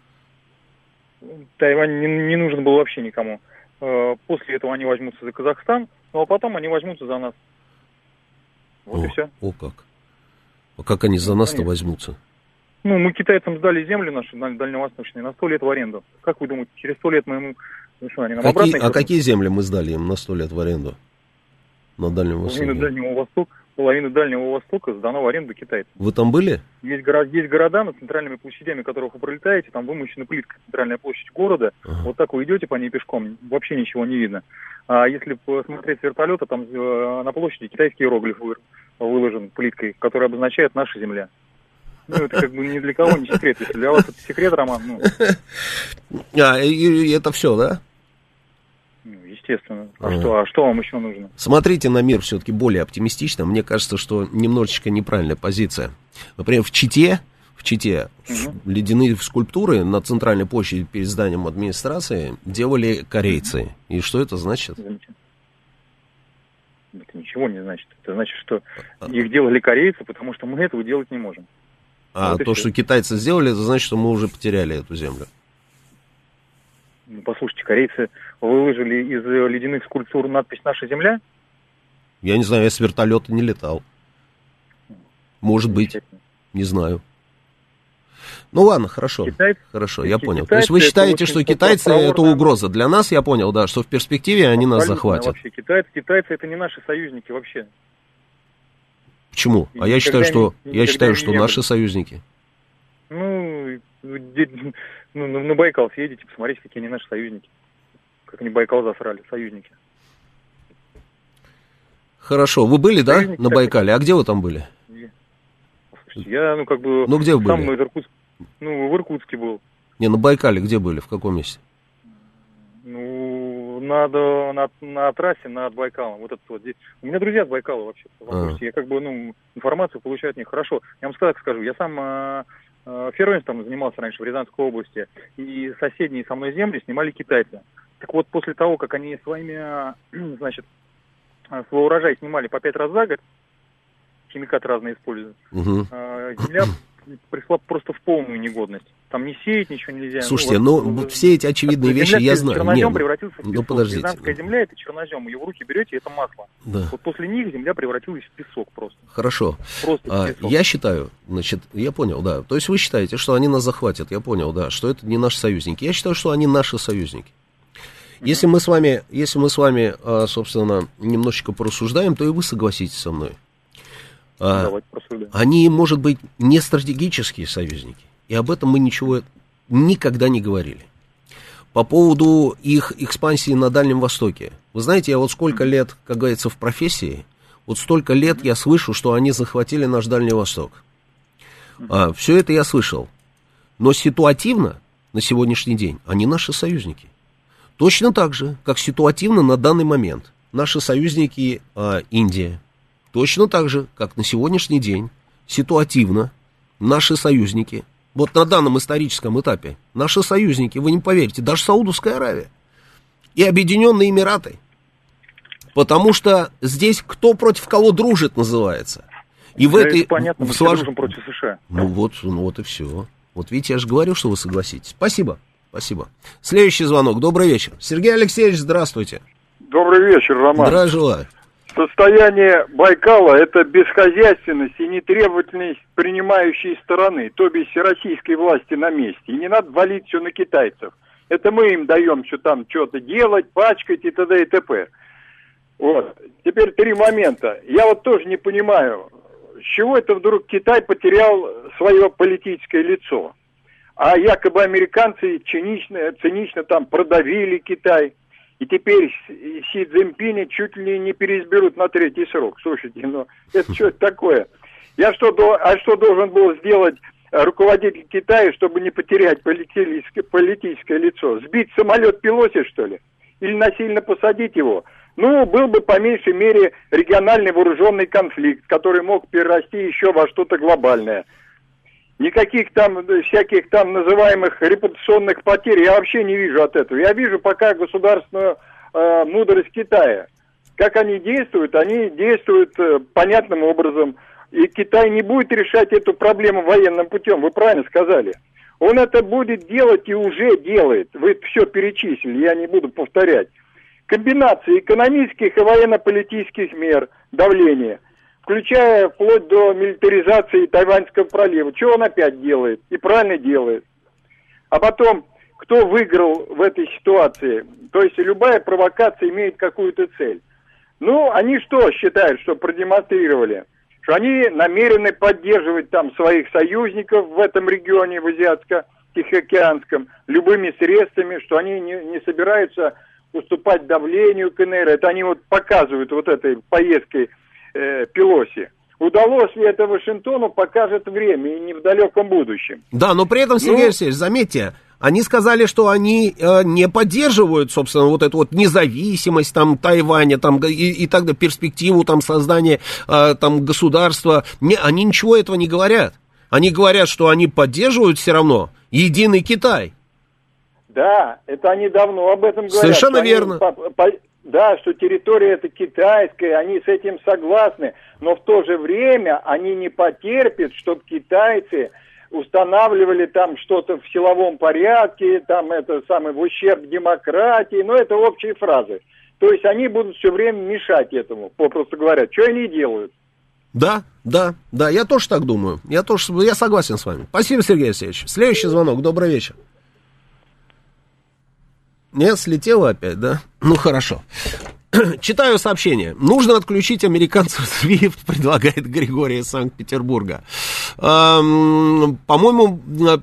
Тайвань не, не нужен был вообще никому. После этого они возьмутся за Казахстан, ну а потом они возьмутся за нас. Вот о, и все. О как. А как они за нас-то возьмутся? Ну, мы китайцам сдали земли наши дальневосточные на сто лет в аренду. Как вы думаете, через сто лет мы ему... Ну, что, они нам какие, обратно... А какие земли мы сдали им на сто лет в аренду? На Дальнем Востоке? Половина Дальнего Востока, половина Дальнего Востока сдана в аренду китайцам. Вы там были? Есть, горо... есть города над центральными площадями, которых вы пролетаете, там вымощена плитка, центральная площадь города. Ага. Вот так вы идете по ней пешком, вообще ничего не видно. А если посмотреть с вертолета, там на площади китайский иероглиф выложен плиткой, который обозначает «наша земля». Ну, это как бы ни для кого не секрет. Если для вас это секрет, Роман, ну... А, и, и это все, да? Ну, естественно. А, а. Что, а что вам еще нужно? Смотрите на мир все-таки более оптимистично. Мне кажется, что немножечко неправильная позиция. Например, в Чите, в Чите, Угу. ледяные скульптуры на центральной площади перед зданием администрации делали корейцы. И что это значит? Это ничего не значит. Это значит, что их делали корейцы, потому что мы этого делать не можем. А вот то, что китайцы сделали, это значит, что мы уже потеряли эту землю. Ну, послушайте, корейцы выложили из ледяных скульптур надпись «Наша земля»? Я не знаю, я с вертолета не летал. Может быть, не знаю. Ну ладно, хорошо, Китайцы, хорошо, я понял. китайцы, То есть вы считаете, это что очень китайцы проворно. это угроза для нас, я понял, да, что в перспективе они нас Абсолютно захватят. Вообще, китайцы, китайцы это не наши союзники вообще. Почему? А я Никогда считаю, что не- я считаю, никогда что не наши были. союзники. Ну, де- ну, на на Байкал съедете, посмотрите, какие они наши союзники. Как они Байкал засрали, союзники. Хорошо, вы были, да, Союзники на так- Байкале? А где вы там были? Послушайте, я, ну, как бы... Ну, где вы сам были? из Иркутска, ну, в Иркутске был. Не, на Байкале где были, в каком месте? Ну, надо на, на трассе над Байкалом. Вот это вот здесь. У меня друзья с Байкала вообще. А. Я как бы, ну, информацию получаю от них. Хорошо. Я вам так скажу. Я сам э, э, фермерством занимался раньше в Рязанской области. И соседние со мной земли снимали китайцы. Так вот, после того, как они своими, э, значит, э, свой урожай снимали по пять раз за год, химикаты разные используют, Угу. э, земля пришла просто в полную негодность. Там не сеять ничего нельзя. Слушайте, ну, ну, вот, все эти очевидные земля вещи я через знаю. чернозем Не, ну, превратился в ну, песок. подождите. Рязанская земля это чернозем. Ее в руки берете, это масло. Да. Вот после них земля превратилась в песок просто. Хорошо. Просто в А, песок. я считаю, значит, я понял, да. То есть вы считаете, что они нас захватят, я понял, да, что это не наши союзники. Я считаю, что они наши союзники. Если мы с вами, если мы с вами, а, собственно, немножечко порассуждаем, то и вы согласитесь со мной. А, Давайте просудим. они, может быть, не стратегические союзники. И об этом мы ничего никогда не говорили. По поводу их экспансии на Дальнем Востоке. Вы знаете, я вот сколько лет, как говорится, в профессии, вот столько лет я слышу, что они захватили наш Дальний Восток. А, все это я слышал. Но ситуативно на сегодняшний день они наши союзники. Точно так же, как ситуативно на данный момент наши союзники а, Индия. Точно так же, как на сегодняшний день ситуативно наши союзники. Вот на данном историческом этапе наши союзники, вы не поверите, даже Саудовская Аравия и Объединенные Эмираты. Потому что здесь кто против кого дружит, называется. И в Да, этой... это понятно, в мы слож- все дружим против США. Ну вот, ну вот и все. Вот видите, я же говорю, что вы согласитесь. Спасибо, спасибо. Следующий звонок. Добрый вечер. Сергей Алексеевич, здравствуйте. Добрый вечер, Роман. Здравия желаю. Состояние Байкала – это бесхозяйственность и нетребовательность принимающей стороны, то бишь российской власти на месте. И не надо валить все на китайцев. Это мы им даем что там что-то делать, пачкать и т.д. и т.п. Вот. Теперь три момента. Я вот тоже не понимаю, с чего это вдруг Китай потерял свое политическое лицо. А якобы американцы цинично, цинично там продавили Китай. И теперь Си Цзиньпиня чуть ли не переизберут на третий срок. Слушайте, ну это что это такое? Я что, а что должен был сделать руководитель Китая, чтобы не потерять политическое, политическое лицо? Сбить самолет Пелоси, что ли? Или насильно посадить его? Ну, был бы по меньшей мере региональный вооруженный конфликт, который мог перерасти еще во что-то глобальное. Никаких там всяких там называемых репутационных потерь я вообще не вижу от этого. Я вижу пока государственную э, мудрость Китая. Как они действуют, они действуют э, понятным образом. И Китай не будет решать эту проблему военным путем, вы правильно сказали. Он это будет делать и уже делает. Вы все перечислили, я не буду повторять. Комбинация экономических и военно-политических мер, давления, включая вплоть до милитаризации Тайваньского пролива. Что он опять делает? И правильно делает. А потом, кто выиграл в этой ситуации? То есть любая провокация имеет какую-то цель. Ну, они что считают, что продемонстрировали? Что они намерены поддерживать там своих союзников в этом регионе, в Азиатско-Тихоокеанском, любыми средствами, что они не, не собираются уступать давлению КНР. Это они вот показывают вот этой поездкой э, Пелоси. Удалось ли это Вашингтону, покажет время, и не в далеком будущем. Да, но при этом, Сергей Ну, Алексеевич, заметьте, они сказали, что они э, не поддерживают, собственно, вот эту вот независимость там Тайваня, там, и, и так далее, перспективу там создания э, там государства. Не, они ничего этого не говорят. Они говорят, что они поддерживают все равно единый Китай. Да, это они давно об этом говорят. Совершенно они, верно. По, по, да, что территория это китайская, они с этим согласны, но в то же время они не потерпят, чтобы китайцы устанавливали там что-то в силовом порядке, там это самое в ущерб демократии, но это общие фразы. То есть они будут все время мешать этому, попросту говоря. Что они делают? Да, да, да, я тоже так думаю. Я тоже, я согласен с вами. Спасибо, Сергей Алексеевич. Следующий звонок. Добрый вечер. Нет, слетело опять, да? Ну, хорошо. Читаю сообщение. Нужно отключить американцев свифт, предлагает Григорий из Санкт-Петербурга. Эм, по-моему,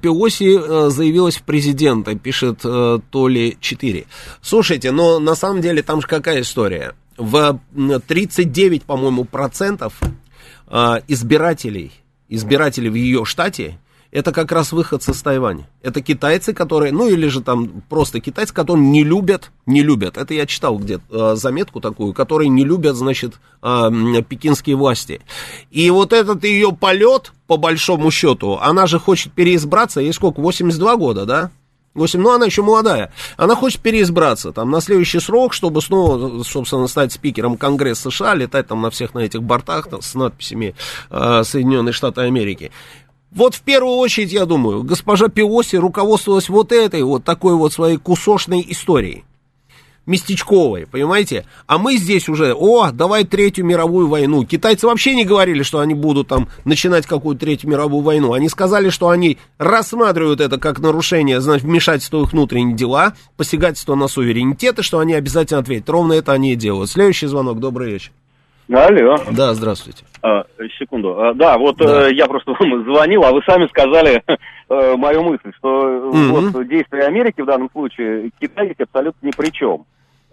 Пелоси заявилась в президенты, пишет э, Толи четыре. Слушайте, но на самом деле там же какая история? В тридцать девять, по-моему, процентов э, избирателей, избирателей в ее штате, это как раз выходцы с Тайваня. Это китайцы, которые, ну или же там просто китайцы, которые не любят, не любят. Это я читал где-то э, заметку такую, которые не любят, значит, э, пекинские власти. И вот этот ее полет, по большому счету, она же хочет переизбраться, ей сколько, восемьдесят два года, да? восемь, ну, она еще молодая. Она хочет переизбраться там на следующий срок, чтобы снова, собственно, стать спикером Конгресса США, летать там на всех на этих бортах там, с надписями э, Соединенные Штаты Америки. Вот в первую очередь, я думаю, госпожа Пелоси руководствовалась вот этой вот такой вот своей кусочной историей. Местечковой, понимаете? А мы здесь уже, о, давай третью мировую войну. Китайцы вообще не говорили, что они будут там начинать какую-то третью мировую войну. Они сказали, что они рассматривают это как нарушение, значит, вмешательства в их внутренние дела, посягательство на суверенитет, и что они обязательно ответят. Ровно это они и делают. Следующий звонок, добрый вечер. Алло. Да, здравствуйте. А, секунду. А, да, вот да. Э, я просто вам звонил, а вы сами сказали э, мою мысль, что mm-hmm. вот, действия Америки в данном случае, Китай здесь абсолютно ни при чем. Э,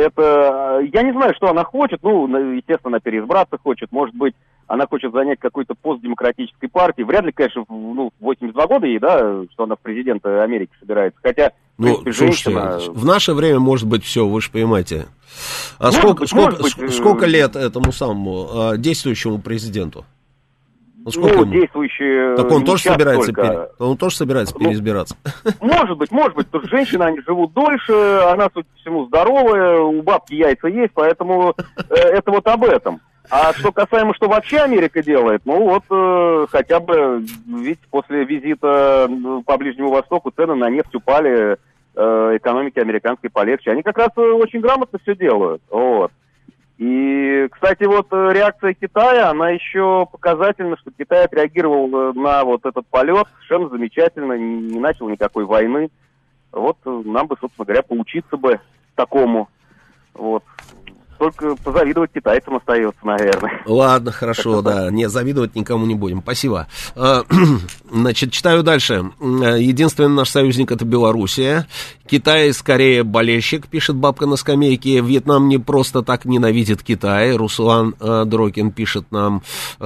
это, я не знаю, что она хочет, ну, естественно, она переизбраться хочет, может быть, она хочет занять какой-то пост демократической партии. Вряд ли, конечно, в, ну, восемьдесят два года ей, да, что она в президенты Америки собирается. Хотя, в ну, принципе, слушайте, женщина... в наше время может быть все, вы же понимаете. А может сколько, быть, сколько, быть, сколько лет этому самому а, действующему президенту? Ну, сколько ну ему? действующие... Так он тоже собирается, только... пере... он тоже собирается ну, переизбираться. Может быть, может быть, потому что женщины, они живут дольше, она, судя по всему, здоровая, у бабки яйца есть, поэтому э, это вот об этом. А что касаемо, что вообще Америка делает, ну вот э, хотя бы, видите, после визита по Ближнему Востоку цены на нефть упали, э, экономики американской полегче. Они как раз очень грамотно все делают. Вот. И, кстати, вот реакция Китая, она еще показательна, что Китай отреагировал на вот этот полет совершенно замечательно, не начал никакой войны. Вот нам бы, собственно говоря, поучиться бы такому. Вот. Только позавидовать китайцам остается, наверное. Ладно, хорошо, да. Не, завидовать никому не будем. Спасибо. Значит, читаю дальше. Единственный наш союзник — это Белоруссия. Китай скорее болельщик, пишет бабка на скамейке. Вьетнам не просто так ненавидит Китай. Руслан э, Дрокин пишет нам.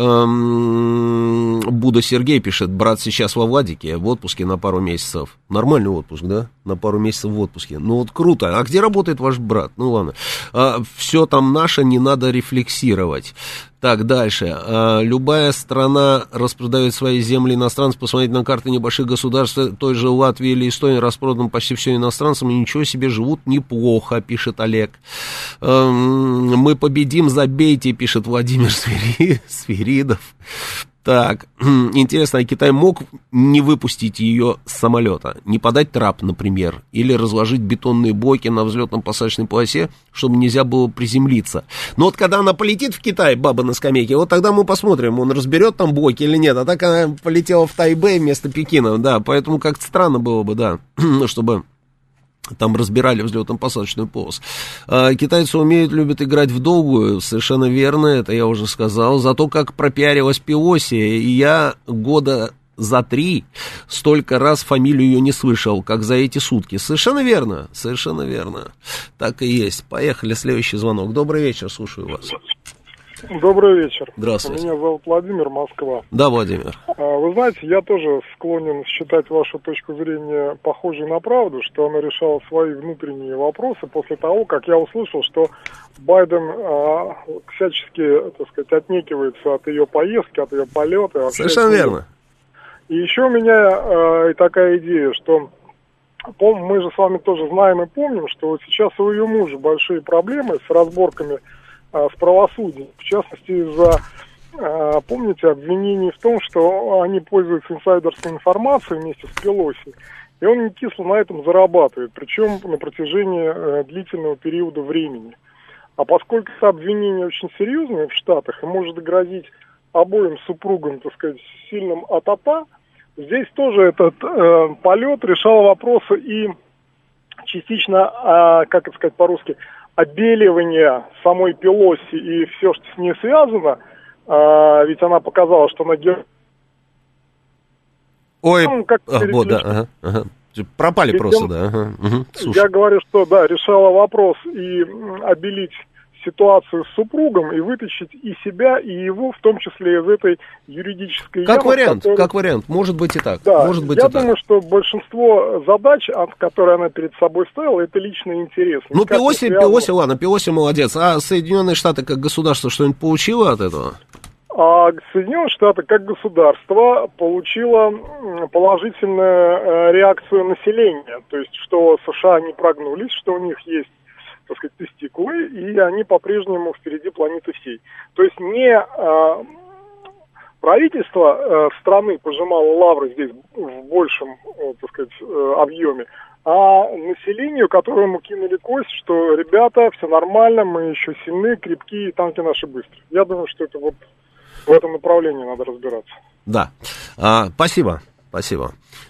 Эм, Буда Сергей пишет: брат сейчас во Владике, в отпуске на пару месяцев. Нормальный отпуск, да? На пару месяцев в отпуске. Ну вот круто. А где работает ваш брат? Ну ладно. А, все там наше, не надо рефлексировать. Так, дальше. А, любая страна распродает свои земли иностранцам. Посмотрите на карты небольших государств, той же Латвии или Эстонии, распродано почти все иностранцам, и ничего себе, живут неплохо, пишет Олег. А, мы победим, забейте, пишет Владимир Свири... Свиридов. Так, интересно, а Китай мог не выпустить ее с самолета, не подать трап, например, или разложить бетонные блоки на взлетно-посадочной полосе, чтобы нельзя было приземлиться. Но вот когда она полетит в Китай, баба на скамейке, вот тогда мы посмотрим, он разберет там блоки или нет. А так она полетела в Тайбэй вместо Пекина, да, поэтому как-то странно было бы, да, чтобы... Там разбирали взлетно-посадочную полосу. А, китайцы умеют, любят играть в долгую, совершенно верно, это я уже сказал. Зато как пропиарилась Пелоси, и я года за три столько раз фамилию ее не слышал, как за эти сутки. Совершенно верно, совершенно верно. Так и есть. Поехали, следующий звонок. Добрый вечер, слушаю вас. Добрый вечер. Здравствуйте. Меня зовут Владимир, Москва. Да, Владимир. Вы знаете, я тоже склонен считать вашу точку зрения похожей на правду, что она решала свои внутренние вопросы после того, как я услышал, что Байден а, всячески, так сказать, отнекивается от ее поездки, от ее полета. Совершенно верно. И еще у меня э, такая идея, что пом- мы же с вами тоже знаем и помним, что вот сейчас у ее мужа большие проблемы с разборками э, с правосудием. В частности, из-за, э, помните, обвинений в том, что они пользуются инсайдерской информацией вместе с Пелоси. И он не кисло на этом зарабатывает, причем на протяжении э, длительного периода времени. А поскольку это обвинение очень серьезное в Штатах и может грозить обоим супругам, так сказать, сильным а-та-та, здесь тоже этот э, полет решал вопросы и частично, э, как это сказать по-русски, отбеливание самой Пелоси и все, что с ней связано, э, ведь она показала, что она героиня. Ой, ну, как а, вот, да, ага, ага. Пропали Ведь просто, он, да. Ага, угу, я говорю, что, да, решала вопрос и обелить ситуацию с супругом и вытащить и себя, и его, в том числе из этой юридической как ямы. Вариант, которая... Как вариант, может быть и так. Да, может быть я и думаю, так. что большинство задач, которые она перед собой ставила, это личный интерес. Ну, Пелоси, Пелоси, ладно, Пелоси молодец. А Соединенные Штаты как государство что-нибудь получило от этого? А Соединенные Штаты как государство получило положительную реакцию населения. То есть, что США не прогнулись, что у них есть, так сказать, тестикулы, и они по-прежнему впереди планеты всей. То есть не а, правительство а, страны пожимало лавры здесь в большем, так сказать, объеме, а населению, которому кинули кость, что ребята, все нормально, мы еще сильны, крепкие, танки наши быстрые. Я думаю, что это вот в этом направлении надо разбираться. Да. А, спасибо. Спасибо.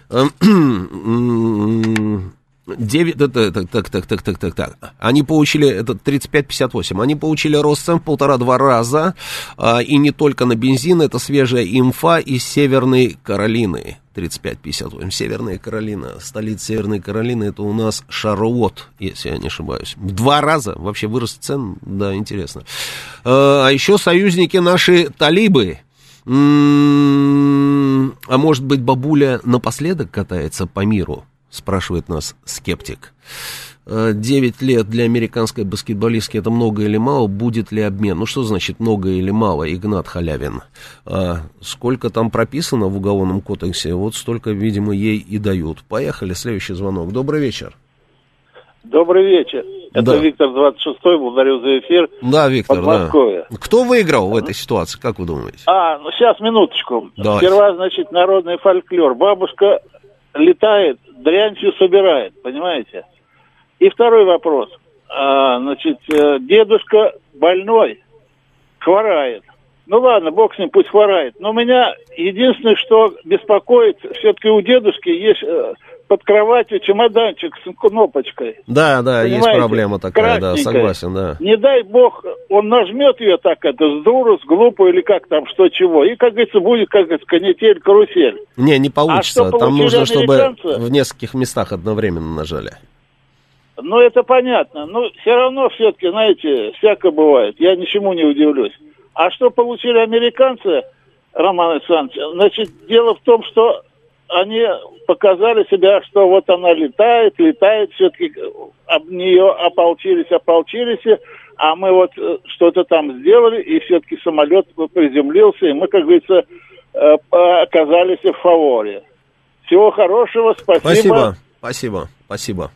девять, так, так, так, так, так, так, так, так. Они получили, это тридцать пять пятьдесят восемь, они получили рост цен в полтора-два раза, а, и не только на бензин, это свежая инфа из Северной Каролины. тридцать пять пятьдесят восемь. Северная Каролина, столица Северной Каролины, это у нас Шарлотт, если я не ошибаюсь. В два раза вообще вырост цен, да, интересно. А, а еще союзники наши талибы. М-м-м, а может быть, бабуля напоследок катается по миру? Спрашивает нас скептик. девять лет для американской баскетболистки это много или мало? Будет ли обмен? Ну, что значит много или мало, Игнат Халявин? А, сколько там прописано в Уголовном кодексе, вот столько, видимо, ей и дают. Поехали, следующий звонок. Добрый вечер. Добрый вечер. Это да. Виктор двадцать шестой, благодарю за эфир. Да, Виктор, да. Подмосковье. Кто выиграл в этой ситуации, как вы думаете? А, ну сейчас, минуточку. Давайте. Сперва, значит, народный фольклор. Бабушка летает, дрянь всю собирает, понимаете? И второй вопрос. А, значит, дедушка больной, хворает. Ну ладно, бог с ним, пусть хворает. Но меня единственное, что беспокоит, все-таки у дедушки есть под кроватью чемоданчик с кнопочкой. Да, да, понимаете? Есть проблема такая, да, согласен, да. Не дай бог, он нажмет ее так, это с дуру, с глупо, или как там, что чего. И, как говорится, будет, как говорится, канитель, карусель. Не, не получится. А что там нужно, американцы? Чтобы в нескольких местах одновременно нажали. Ну, это понятно. Но все равно, все-таки, знаете, всякое бывает. Я ничему не удивлюсь. А что получили американцы, Роман Александрович? Значит, дело в том, что они показали себя, что вот она летает, летает, все-таки об нее ополчились, ополчились, а мы вот что-то там сделали, и все-таки самолет приземлился, и мы, как говорится, оказались в фаворе. Всего хорошего, спасибо. Спасибо, спасибо, спасибо.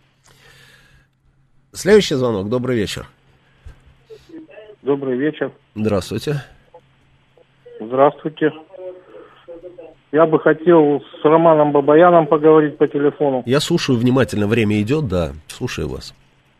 Следующий звонок, добрый вечер. Добрый вечер. Здравствуйте. Здравствуйте. Я бы хотел с Романом Бабаяном поговорить по телефону. Я слушаю внимательно, время идет, да, слушаю вас.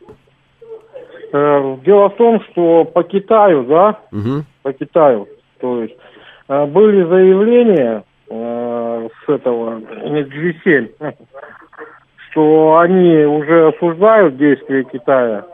Э, дело в том, что по Китаю, да, угу. по Китаю, то есть э, были заявления э, с этого джи семь, что они уже осуждают действия Китая.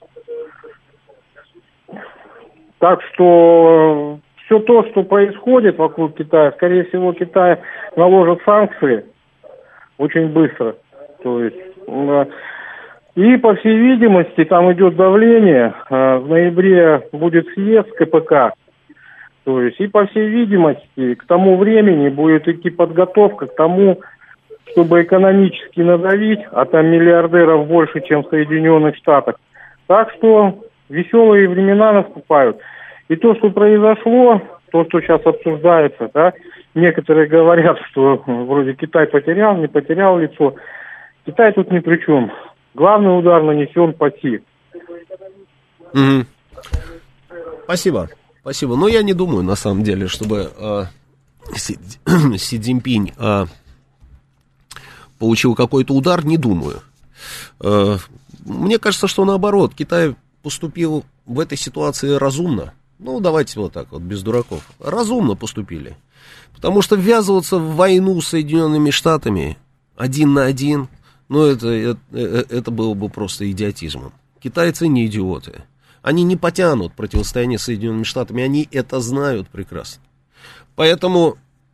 Так что все то, что происходит вокруг Китая, скорее всего, Китай наложит санкции очень быстро. То есть, и, по всей видимости, там идет давление. В ноябре будет съезд ка пэ ка. То есть, и, по всей видимости, к тому времени будет идти подготовка к тому, чтобы экономически надавить, а там миллиардеров больше, чем в Соединенных Штатах. Так что веселые времена наступают. И то, что произошло, то, что сейчас обсуждается, да, некоторые говорят, что вроде Китай потерял, не потерял лицо. Китай тут ни при чем. Главный удар нанесен по Си. Mm-hmm. Спасибо. Спасибо. Но я не думаю, на самом деле, чтобы э, Си, Си Цзиньпинь э, получил какой-то удар, не думаю. Э, мне кажется, что наоборот, Китай поступил в этой ситуации разумно. Ну, давайте вот так вот, без дураков. Разумно поступили. Потому что ввязываться в войну с Соединенными Штатами один на один, ну, это, это, это было бы просто идиотизмом. Китайцы не идиоты. Они не потянут противостояние с Соединенными Штатами, они это знают прекрасно. Поэтому,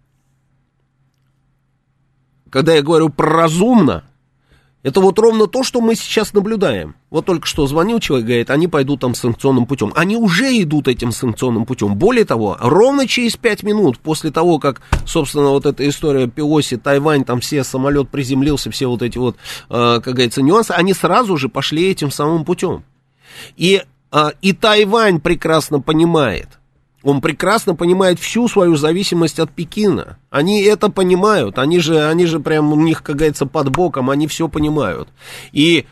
когда я говорю про разумно, это вот ровно то, что мы сейчас наблюдаем. Вот только что звонил человек, говорит, они пойдут там санкционным путем. Они уже идут этим санкционным путем. Более того, ровно через пять минут после того, как, собственно, вот эта история Пелоси, Тайвань, там все, самолет приземлился, все вот эти вот, э, как говорится, нюансы, они сразу же пошли этим самым путем. И, э, и Тайвань прекрасно понимает. Он прекрасно понимает всю свою зависимость от Пекина. Они это понимают. Они же, они же прям у них, как говорится, под боком. Они все понимают. И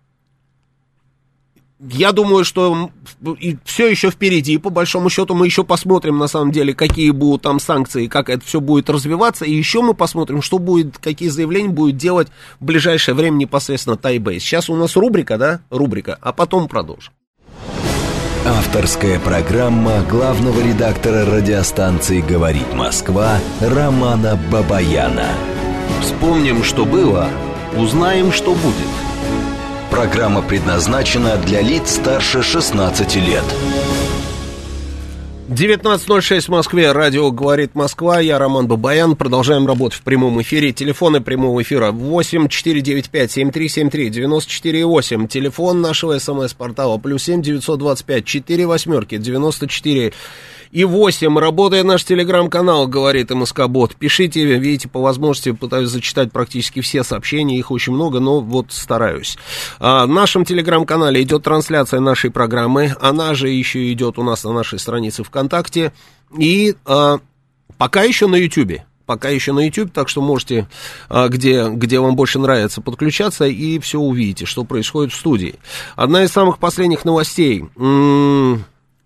я думаю, что все еще впереди. По большому счету мы еще посмотрим, на самом деле, какие будут там санкции, как это все будет развиваться. И еще мы посмотрим, что будет, какие заявления будет делать в ближайшее время непосредственно Тайбэй. Сейчас у нас рубрика, да? Рубрика. А потом продолжим. Авторская программа главного редактора радиостанции «Говорит Москва» Романа Бабаяна. Вспомним, что было, узнаем, что будет. Программа предназначена для лиц старше шестнадцати лет. девятнадцать ноль шесть в Москве, радио «Говорит Москва», я Роман Бабаян, продолжаем работать в прямом эфире, телефоны прямого эфира восемь четыре девять пять семь три семь три девять четыре восемь, телефон нашего смс-портала плюс семь девятьсот двадцать пять четыре восьмерки девяносто четыре и восемь, работает наш телеграм-канал, говорит МСК-бот, пишите, видите, по возможности пытаюсь зачитать практически все сообщения, их очень много, но вот стараюсь. А, в нашем телеграм-канале идет трансляция нашей программы, она же еще идет у нас на нашей странице ВКонтакте, и а, пока еще на Ютьюбе. Пока еще на YouTube, так что можете, а, где, где вам больше нравится, подключаться и все увидите, что происходит в студии. Одна из самых последних новостей. М-м-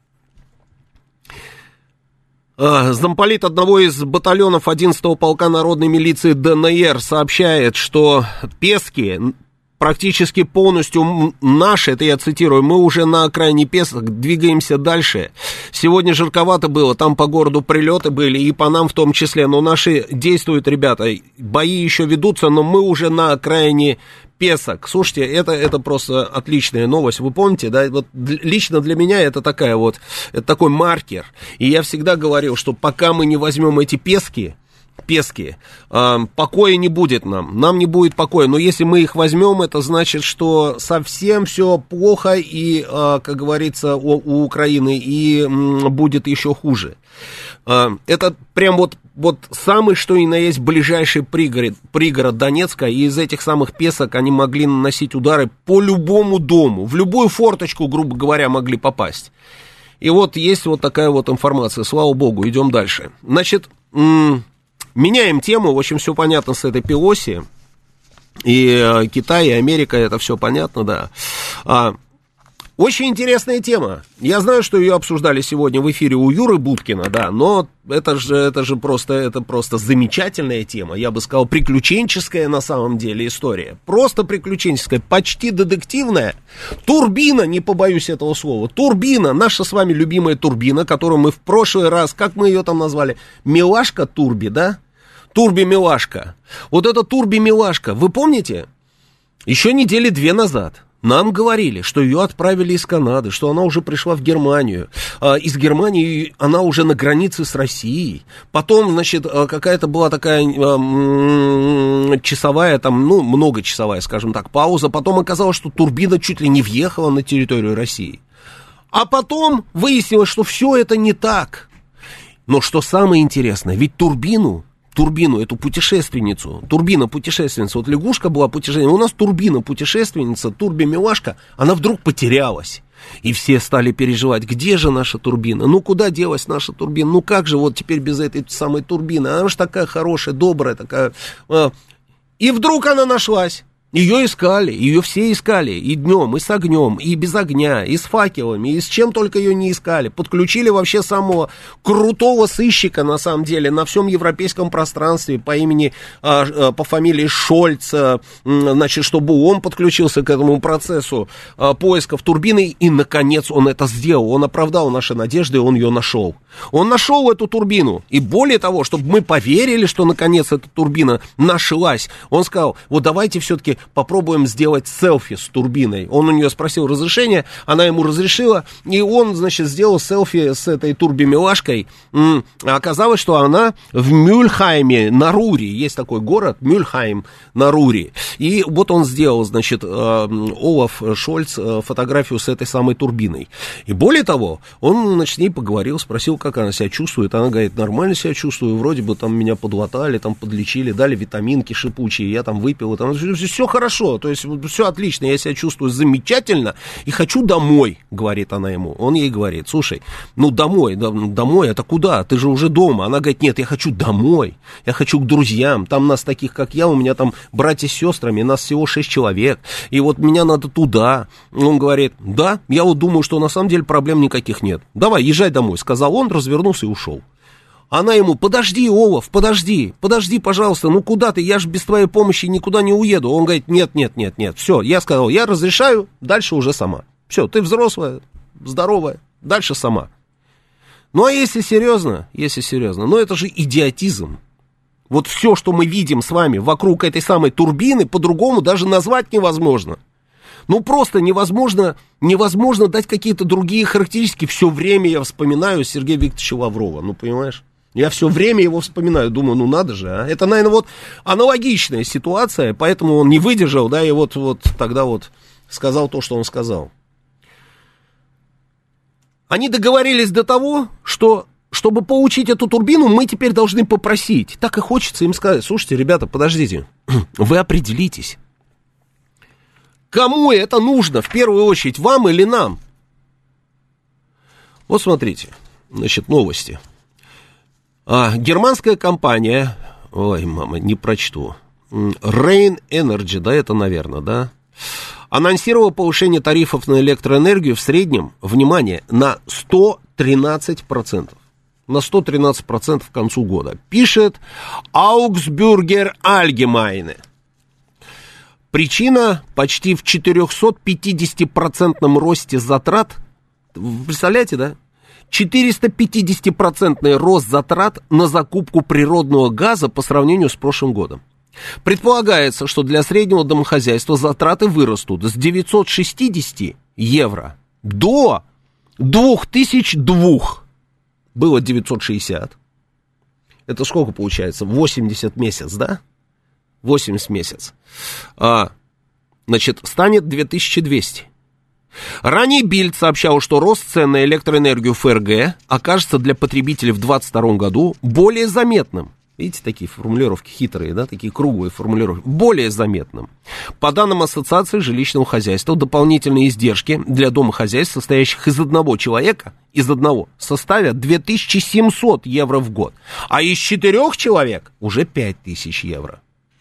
а, замполит одного из батальонов одиннадцатого полка народной милиции ДНР сообщает, что Пески практически полностью наши, это я цитирую, мы уже на окраине Песок, двигаемся дальше. Сегодня жарковато было, там по городу прилеты были, и по нам в том числе, но наши действуют, ребята, бои еще ведутся, но мы уже на окраине Песок. Слушайте, это, это просто отличная новость, вы помните, да, вот лично для меня это такая вот, это такой маркер, и я всегда говорил, что пока мы не возьмем эти Пески, Пески, э, покоя не будет нам, нам не будет покоя, но если мы их возьмем, это значит, что совсем все плохо и, э, как говорится, у, у Украины, и м, будет еще хуже. Э, это прям вот, вот самый, что ни на есть, ближайший пригород, пригород Донецка, и из этих самых Песок они могли наносить удары по любому дому, в любую форточку, грубо говоря, могли попасть. И вот есть вот такая вот информация, слава богу, идем дальше. Значит, м- меняем тему, в общем, все понятно с этой Пелоси, и э, Китай, и Америка, это все понятно, да. А, очень интересная тема. Я знаю, что ее обсуждали сегодня в эфире у Юры Буткина, да, но это же, это же просто, это просто замечательная тема, я бы сказал, приключенческая на самом деле история. Просто приключенческая, почти детективная. Турбина, не побоюсь этого слова, турбина, наша с вами любимая турбина, которую мы в прошлый раз, как мы ее там назвали, Милашка Турби, да? Турби-милашка. Вот эта Турби-милашка, вы помните? Еще недели две назад нам говорили, что ее отправили из Канады, что она уже пришла в Германию. А, из Германии она уже на границе с Россией. Потом, значит, какая-то была такая а, часовая, там, ну, многочасовая, скажем так, пауза. Потом оказалось, что турбина чуть ли не въехала на территорию России. А потом выяснилось, что все это не так. Но что самое интересное, ведь турбину... Турбину, эту путешественницу, турбина-путешественница, вот лягушка была путешественница, у нас турбина-путешественница, турби-милашка, она вдруг потерялась. И все стали переживать, где же наша турбина? Ну, куда делась наша турбина? Ну, как же вот теперь без этой самой турбины? Она же такая хорошая, добрая такая. И вдруг она нашлась. Ее искали, ее все искали, и днем, и с огнем, и без огня, и с факелами, и с чем только ее не искали. Подключили вообще самого крутого сыщика, на самом деле, на всем европейском пространстве по имени, по фамилии Шольц, значит, чтобы он подключился к этому процессу поисков турбины, и, наконец, он это сделал. Он оправдал наши надежды, и он ее нашел. Он нашел эту турбину, и более того, чтобы мы поверили, что, наконец, эта турбина нашлась, он сказал, вот давайте все-таки попробуем сделать селфи с турбиной. Он у нее спросил разрешения, она ему разрешила, и он, значит, сделал селфи с этой турбимилашкой. М-м, оказалось, что она в Мюльхайме на Рури, есть такой город, Мюльхайм на Рури. И вот он сделал, значит, Олаф Шольц фотографию с этой самой турбиной. И более того, он, значит, с ней поговорил, спросил, как она себя чувствует. Она говорит, нормально себя чувствую, вроде бы там меня подлатали, там подлечили, дали витаминки шипучие, я там выпил, там все хорошо, то есть все отлично, я себя чувствую замечательно и хочу домой, говорит она ему. Он ей говорит, слушай, ну домой, да, домой, это куда? Ты же уже дома. Она говорит, нет, я хочу домой, я хочу к друзьям, там нас таких, как я, у меня там братья с сестрами, нас всего шесть человек, и вот меня надо туда. Он говорит, да, я вот думаю, что на самом деле проблем никаких нет. Давай, езжай домой, сказал он, развернулся и ушел. Она ему, подожди, Олаф, подожди, подожди, пожалуйста, ну куда ты, я же без твоей помощи никуда не уеду. Он говорит, нет, нет, нет, нет, все, я сказал, я разрешаю, дальше уже сама. Все, ты взрослая, здоровая, дальше сама. Ну а если серьезно, если серьезно, ну это же идиотизм. Вот все, что мы видим с вами вокруг этой самой турбины, по-другому даже назвать невозможно. Ну, просто невозможно, невозможно дать какие-то другие характеристики. Все время я вспоминаю Сергея Викторовича Лаврова, ну, понимаешь? Я все время его вспоминаю, думаю, ну, надо же, а? Это, наверное, вот аналогичная ситуация, поэтому он не выдержал, да, и вот, вот тогда вот сказал то, что он сказал. Они договорились до того, что, чтобы получить эту турбину, мы теперь должны попросить. Так и хочется им сказать, слушайте, ребята, подождите, вы определитесь. Кому это нужно, в первую очередь, вам или нам? Вот смотрите, значит, новости. А, германская компания, ой, мама, не прочту, Rain Energy, да, это, наверное, да, анонсировала повышение тарифов на электроэнергию в среднем, внимание, на сто тринадцать процентов. На сто тринадцать процентов к концу года. Пишет Augsburger Allgemeine. Причина почти в четырехсот-пятидесятипроцентном росте затрат. Вы представляете, да? четыреста-пятидесятипроцентный рост затрат на закупку природного газа по сравнению с прошлым годом. Предполагается, что для среднего домохозяйства затраты вырастут с девятисот шестидесяти евро до двух тысяч двух. Было девятьсот шестьдесят. Это сколько получается? восемьдесят месяц, да? восемьдесят месяц. А, значит, станет две тысячи двести. Ранее Бильд сообщал, что рост цен на электроэнергию в ФРГ окажется для потребителей в двадцать втором году более заметным. Видите, такие формулировки хитрые, да, такие круглые формулировки. Более заметным. По данным Ассоциации жилищного хозяйства, дополнительные издержки для домохозяйств, состоящих из одного человека, из одного, составят две тысячи семьсот евро в год. А из четырех человек уже пять тысяч евро.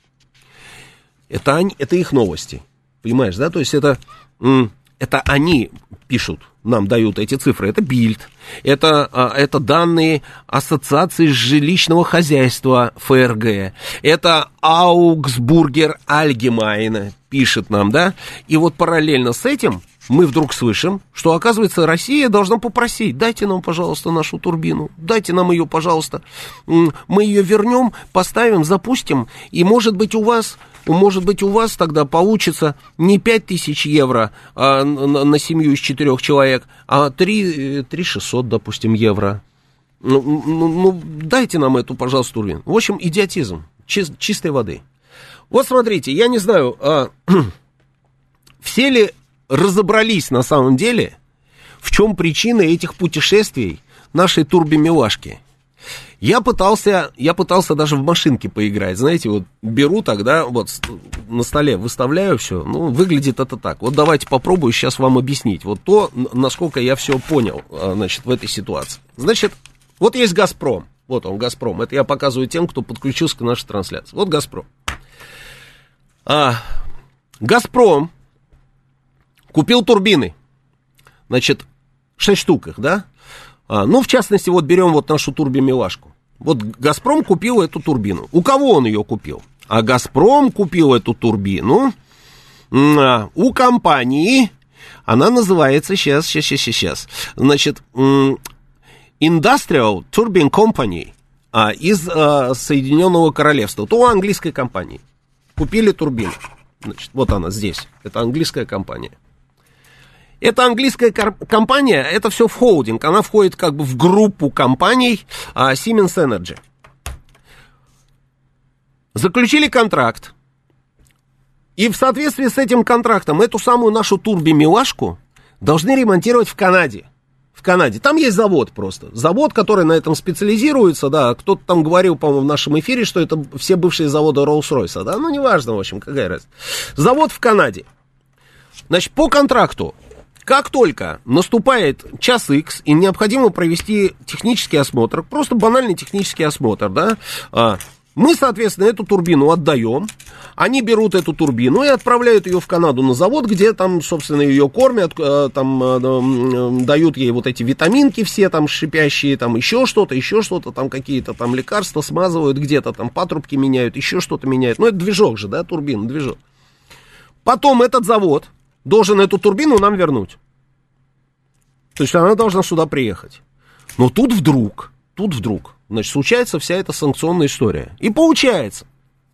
Это, они, это их новости. Понимаешь, да? То есть это... Это они пишут, нам дают эти цифры, это Бильд, это, это данные Ассоциации жилищного хозяйства ФРГ, это Augsburger Allgemeine пишет нам, да, и вот параллельно с этим мы вдруг слышим, что, оказывается, Россия должна попросить, дайте нам, пожалуйста, нашу турбину, дайте нам ее, пожалуйста, мы ее вернем, поставим, запустим, и, может быть, у вас... Может быть, у вас тогда получится не пять тысяч евро а, на, на семью из четырех человек, а три тысячи шестьсот, допустим, евро. Ну, ну, ну, дайте нам эту, пожалуйста, турбину. В общем, идиотизм чи, чистой воды. Вот смотрите, я не знаю, а, все ли разобрались на самом деле, в чем причина этих путешествий нашей турбомилашки. Я пытался, я пытался даже в машинке поиграть, знаете, вот беру тогда, вот на столе выставляю все, ну, выглядит это так. Вот давайте попробую сейчас вам объяснить, вот то, насколько я все понял, значит, в этой ситуации. Значит, вот есть «Газпром», вот он, «Газпром», это я показываю тем, кто подключился к нашей трансляции. Вот «Газпром». А, «Газпром» купил турбины, значит, шесть штук их, да? А, ну, в частности, вот берем вот нашу турбомилашку. Вот «Газпром» купил эту турбину. У кого он ее купил? А «Газпром» купил эту турбину у компании, она называется, сейчас, сейчас, сейчас, сейчас, значит, Industrial Turbine Company из Соединенного Королевства. То у английской компании. Купили турбину. Значит, вот она здесь. Это английская компания. Это английская компания, это все в холдинг, она входит как бы в группу компаний а, Siemens Energy. Заключили контракт, и в соответствии с этим контрактом эту самую нашу турбомилашку должны ремонтировать в Канаде. В Канаде. Там есть завод просто. Завод, который на этом специализируется, да, кто-то там говорил, по-моему, в нашем эфире, что это все бывшие заводы Rolls-Royce, да, ну, неважно, в общем, какая разница. Завод в Канаде. Значит, по контракту, как только наступает час X и необходимо провести технический осмотр, просто банальный технический осмотр, да, мы, соответственно, эту турбину отдаем, они берут эту турбину и отправляют ее в Канаду на завод, где там, собственно, ее кормят, там дают ей вот эти витаминки все там шипящие, там еще что-то, еще что-то, там какие-то там лекарства смазывают где-то, там патрубки меняют, еще что-то меняют. Ну, это движок же, да, турбина, движок. Потом этот завод должен эту турбину нам вернуть. То есть она должна сюда приехать. Но тут вдруг, тут вдруг, значит, случается вся эта санкционная история. И получается,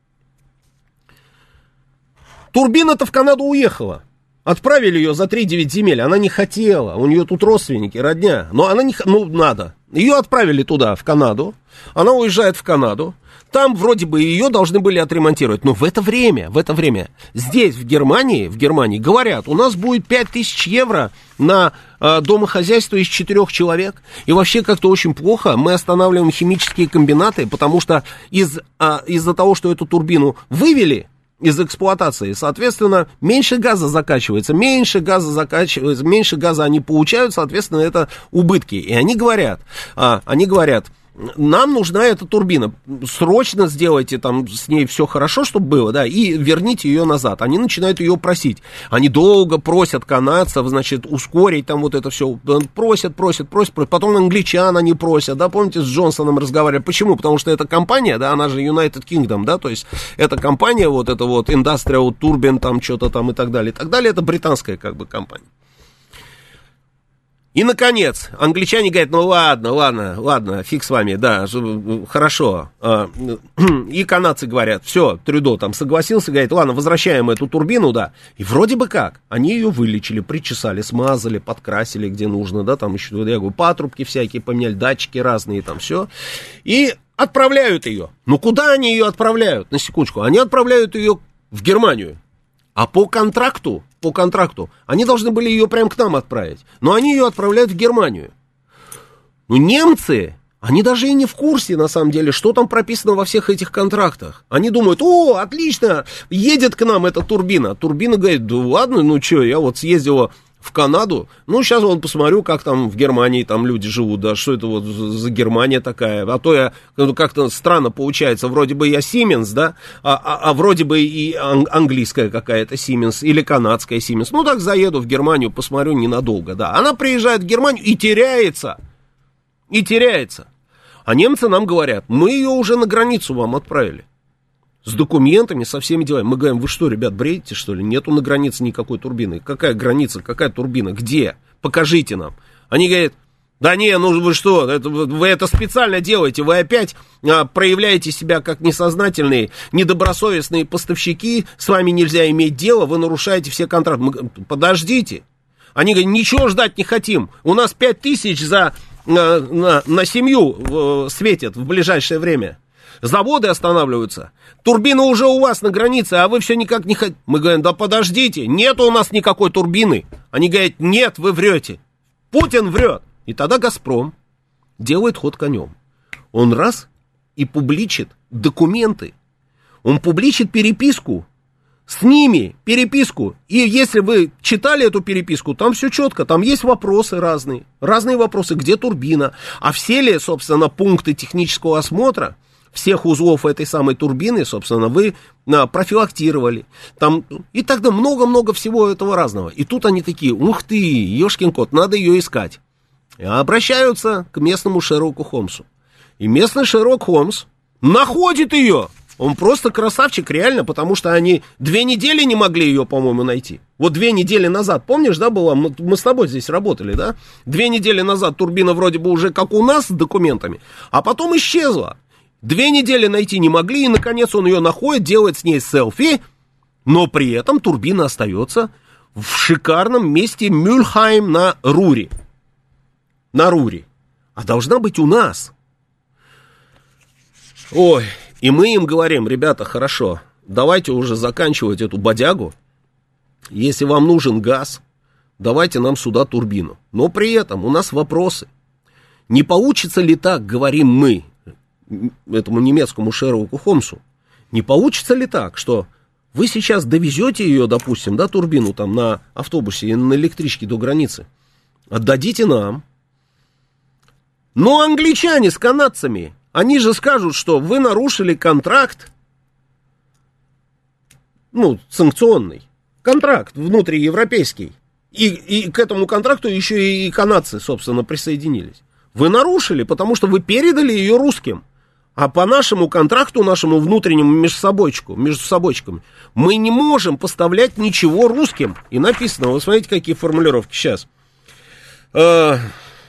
турбина-то в Канаду уехала. Отправили ее за три-девять земель. Она не хотела. У нее тут родственники, родня. Но она не... Ну, надо. Ее отправили туда, в Канаду. Она уезжает в Канаду. Там вроде бы ее должны были отремонтировать. Но в это время, в это время, здесь, в Германии, в Германии, говорят, у нас будет пять тысяч евро на э, домохозяйство из четырех человек. И вообще как-то очень плохо. Мы останавливаем химические комбинаты, потому что из, э, из-за того, что эту турбину вывели из эксплуатации, соответственно, меньше газа закачивается, меньше газа закачивается, меньше газа они получают, соответственно, это убытки. И они говорят, э, они говорят, нам нужна эта турбина, срочно сделайте там с ней все хорошо, чтобы было, да, и верните ее назад. Они начинают ее просить. Они долго просят канадцев, значит, ускорить там вот это все. Просят, просят, просят, просят. Потом англичан они просят, да, помните, с Джонсоном разговаривали. Почему? Потому что эта компания, да, она же United Kingdom, да, то есть эта компания, вот эта вот Industrial Turbine, там что-то там и так далее, и так далее, это британская как бы компания. И, наконец, англичане говорят, ну ладно, ладно, ладно, фиг с вами, да, хорошо. И канадцы говорят, все, Трюдо там согласился, говорит, ладно, возвращаем эту турбину, да. И вроде бы как, они ее вылечили, причесали, смазали, подкрасили, где нужно, да, там еще, я говорю, патрубки всякие поменяли, датчики разные, там все. И отправляют ее. Ну, куда они ее отправляют? На секундочку, они отправляют ее в Германию. А по контракту, по контракту, они должны были ее прямо к нам отправить. Но они ее отправляют в Германию. Ну, немцы, они даже и не в курсе, на самом деле, что там прописано во всех этих контрактах. Они думают, о, отлично, едет к нам эта турбина. Турбина говорит, да ладно, ну что, я вот съездила в Канаду, ну, сейчас вот посмотрю, как там в Германии там люди живут, да, что это вот за Германия такая, а то я, ну, как-то странно получается, вроде бы я Siemens, да, а, а, а вроде бы и английская какая-то Siemens или канадская Siemens, ну, так заеду в Германию, посмотрю ненадолго, да, она приезжает в Германию и теряется, и теряется, а немцы нам говорят, мы ее уже на границу вам отправили. С документами, со всеми делами. Мы говорим, вы что, ребят, бредите, что ли? Нету на границе никакой турбины. Какая граница, какая турбина? Где? Покажите нам. Они говорят, да не, ну вы что, это, вы это специально делаете. Вы опять а, проявляете себя как несознательные, недобросовестные поставщики. С вами нельзя иметь дело, вы нарушаете все контракты. Мы, подождите. Они говорят, ничего ждать не хотим. У нас пять тысяч за, на, на, на семью э, светят в ближайшее время. Заводы останавливаются. Турбина уже у вас на границе, а вы все никак не хотите. Мы говорим, да подождите, нет у нас никакой турбины. Они говорят, нет, вы врете. Путин врет. И тогда «Газпром» делает ход конем. Он раз и публичит документы. Он публичит переписку с ними, переписку. И если вы читали эту переписку, там все четко, там есть вопросы разные. Разные вопросы, где турбина. А все ли, собственно, пункты технического осмотра всех узлов этой самой турбины, собственно, вы а, профилактировали. Там, и тогда много-много всего этого разного. И тут они такие, ух ты, ешкин кот, надо ее искать. И обращаются к местному Шерлоку Холмсу. И местный Шерлок Холмс находит ее. Он просто красавчик, реально, потому что они две недели не могли ее, по-моему, найти. Вот две недели назад, помнишь, да, было? Мы, мы с тобой здесь работали, да? Две недели назад турбина вроде бы уже как у нас с документами, а потом исчезла. Две недели найти не могли, и, наконец, он ее находит, делает с ней селфи, но при этом турбина остается в шикарном месте Мюльхайм на Руре. На Руре. А должна быть у нас. Ой, и мы им говорим, ребята, хорошо, давайте уже заканчивать эту бодягу. Если вам нужен газ, давайте нам сюда турбину. Но при этом у нас вопросы. Не получится ли так, говорим мы, этому немецкому Шерлоку Холмсу, не получится ли так, что вы сейчас довезете ее, допустим, да, турбину там на автобусе и на электричке до границы, отдадите нам, но англичане с канадцами, они же скажут, что вы нарушили контракт, ну, санкционный, контракт внутриевропейский, и, и к этому контракту еще и канадцы, собственно, присоединились. Вы нарушили, потому что вы передали ее русским. А по нашему контракту, нашему внутреннему межсобойчику, между собойчиками, мы не можем поставлять ничего русским. И написано, вы смотрите, какие формулировки сейчас. А,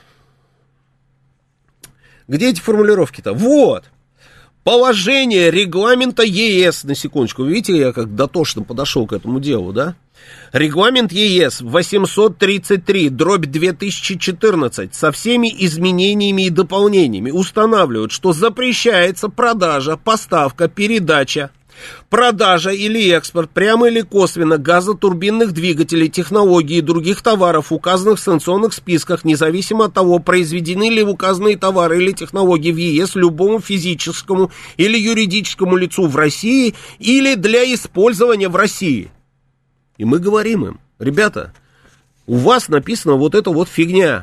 где эти формулировки-то? Вот. Положение регламента ЕС, на секундочку. Видите, я как дотошно подошел к этому делу, да? Регламент ЕС восемьсот тридцать три дробь две тысячи четырнадцать со всеми изменениями и дополнениями устанавливает, что запрещается продажа, поставка, передача, продажа или экспорт, прямо или косвенно, газотурбинных двигателей, технологий и других товаров, указанных в санкционных списках, независимо от того, произведены ли указанные товары или технологии в ЕС любому физическому или юридическому лицу в России или для использования в России. И мы говорим им, ребята, у вас написана вот эта вот фигня.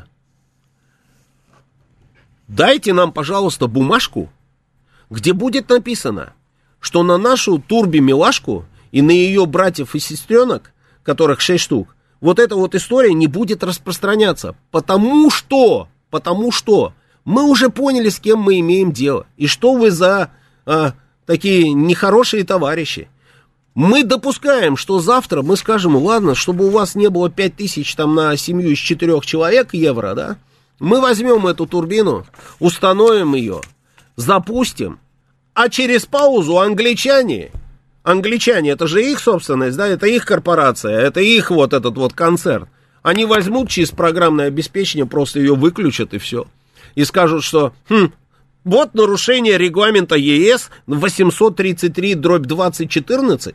Дайте нам, пожалуйста, бумажку, где будет написано, что на нашу турби-милашку и на ее братьев и сестренок, которых шесть штук, вот эта вот история не будет распространяться. Потому что, потому что мы уже поняли, с кем мы имеем дело. И что вы за а, такие нехорошие товарищи. Мы допускаем, что завтра мы скажем, ладно, чтобы у вас не было пять тысяч там на семью из четырех человек евро, да, мы возьмем эту турбину, установим ее, запустим, а через паузу англичане, англичане, это же их собственность, да, это их корпорация, это их вот этот вот концерн, они возьмут через программное обеспечение, просто ее выключат и все, и скажут, что, хм, вот нарушение регламента ЕС восемьсот тридцать три дробь двадцать четырнадцать,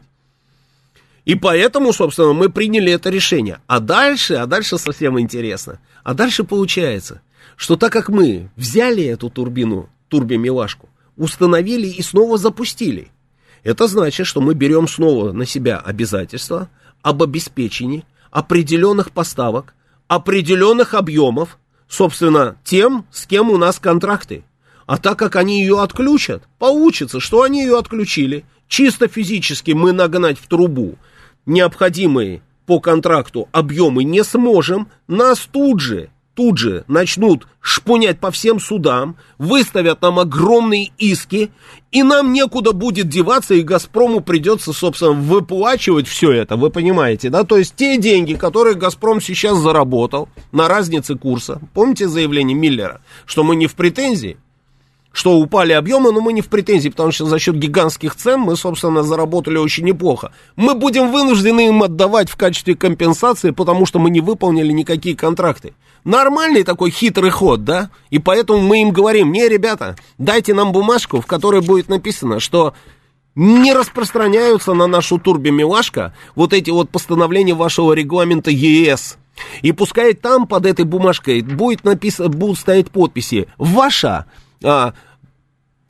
и поэтому, собственно, мы приняли это решение. А дальше, а дальше совсем интересно. А дальше получается, что так как мы взяли эту турбину, турби-милашку, установили и снова запустили, это значит, что мы берем снова на себя обязательства об обеспечении определенных поставок, определенных объемов, собственно, тем, с кем у нас контракты. А так как они ее отключат, получится, что они ее отключили, чисто физически мы нагнать в трубу необходимые по контракту объемы не сможем, нас тут же, тут же начнут шпунять по всем судам, выставят нам огромные иски, и нам некуда будет деваться, и «Газпрому» придется, собственно, выплачивать все это, вы понимаете, да? То есть те деньги, которые «Газпром» сейчас заработал на разнице курса, помните заявление Миллера, что мы не в претензии, что упали объемы, но мы не в претензии, потому что за счет гигантских цен мы, собственно, заработали очень неплохо. Мы будем вынуждены им отдавать в качестве компенсации, потому что мы не выполнили никакие контракты. Нормальный такой хитрый ход, да? И поэтому мы им говорим, не, ребята, дайте нам бумажку, в которой будет написано, что не распространяются на нашу турби-милашка вот эти вот постановления вашего регламента ЕС. И пускай там под этой бумажкой будет написано, будут стоять подписи «Ваша А,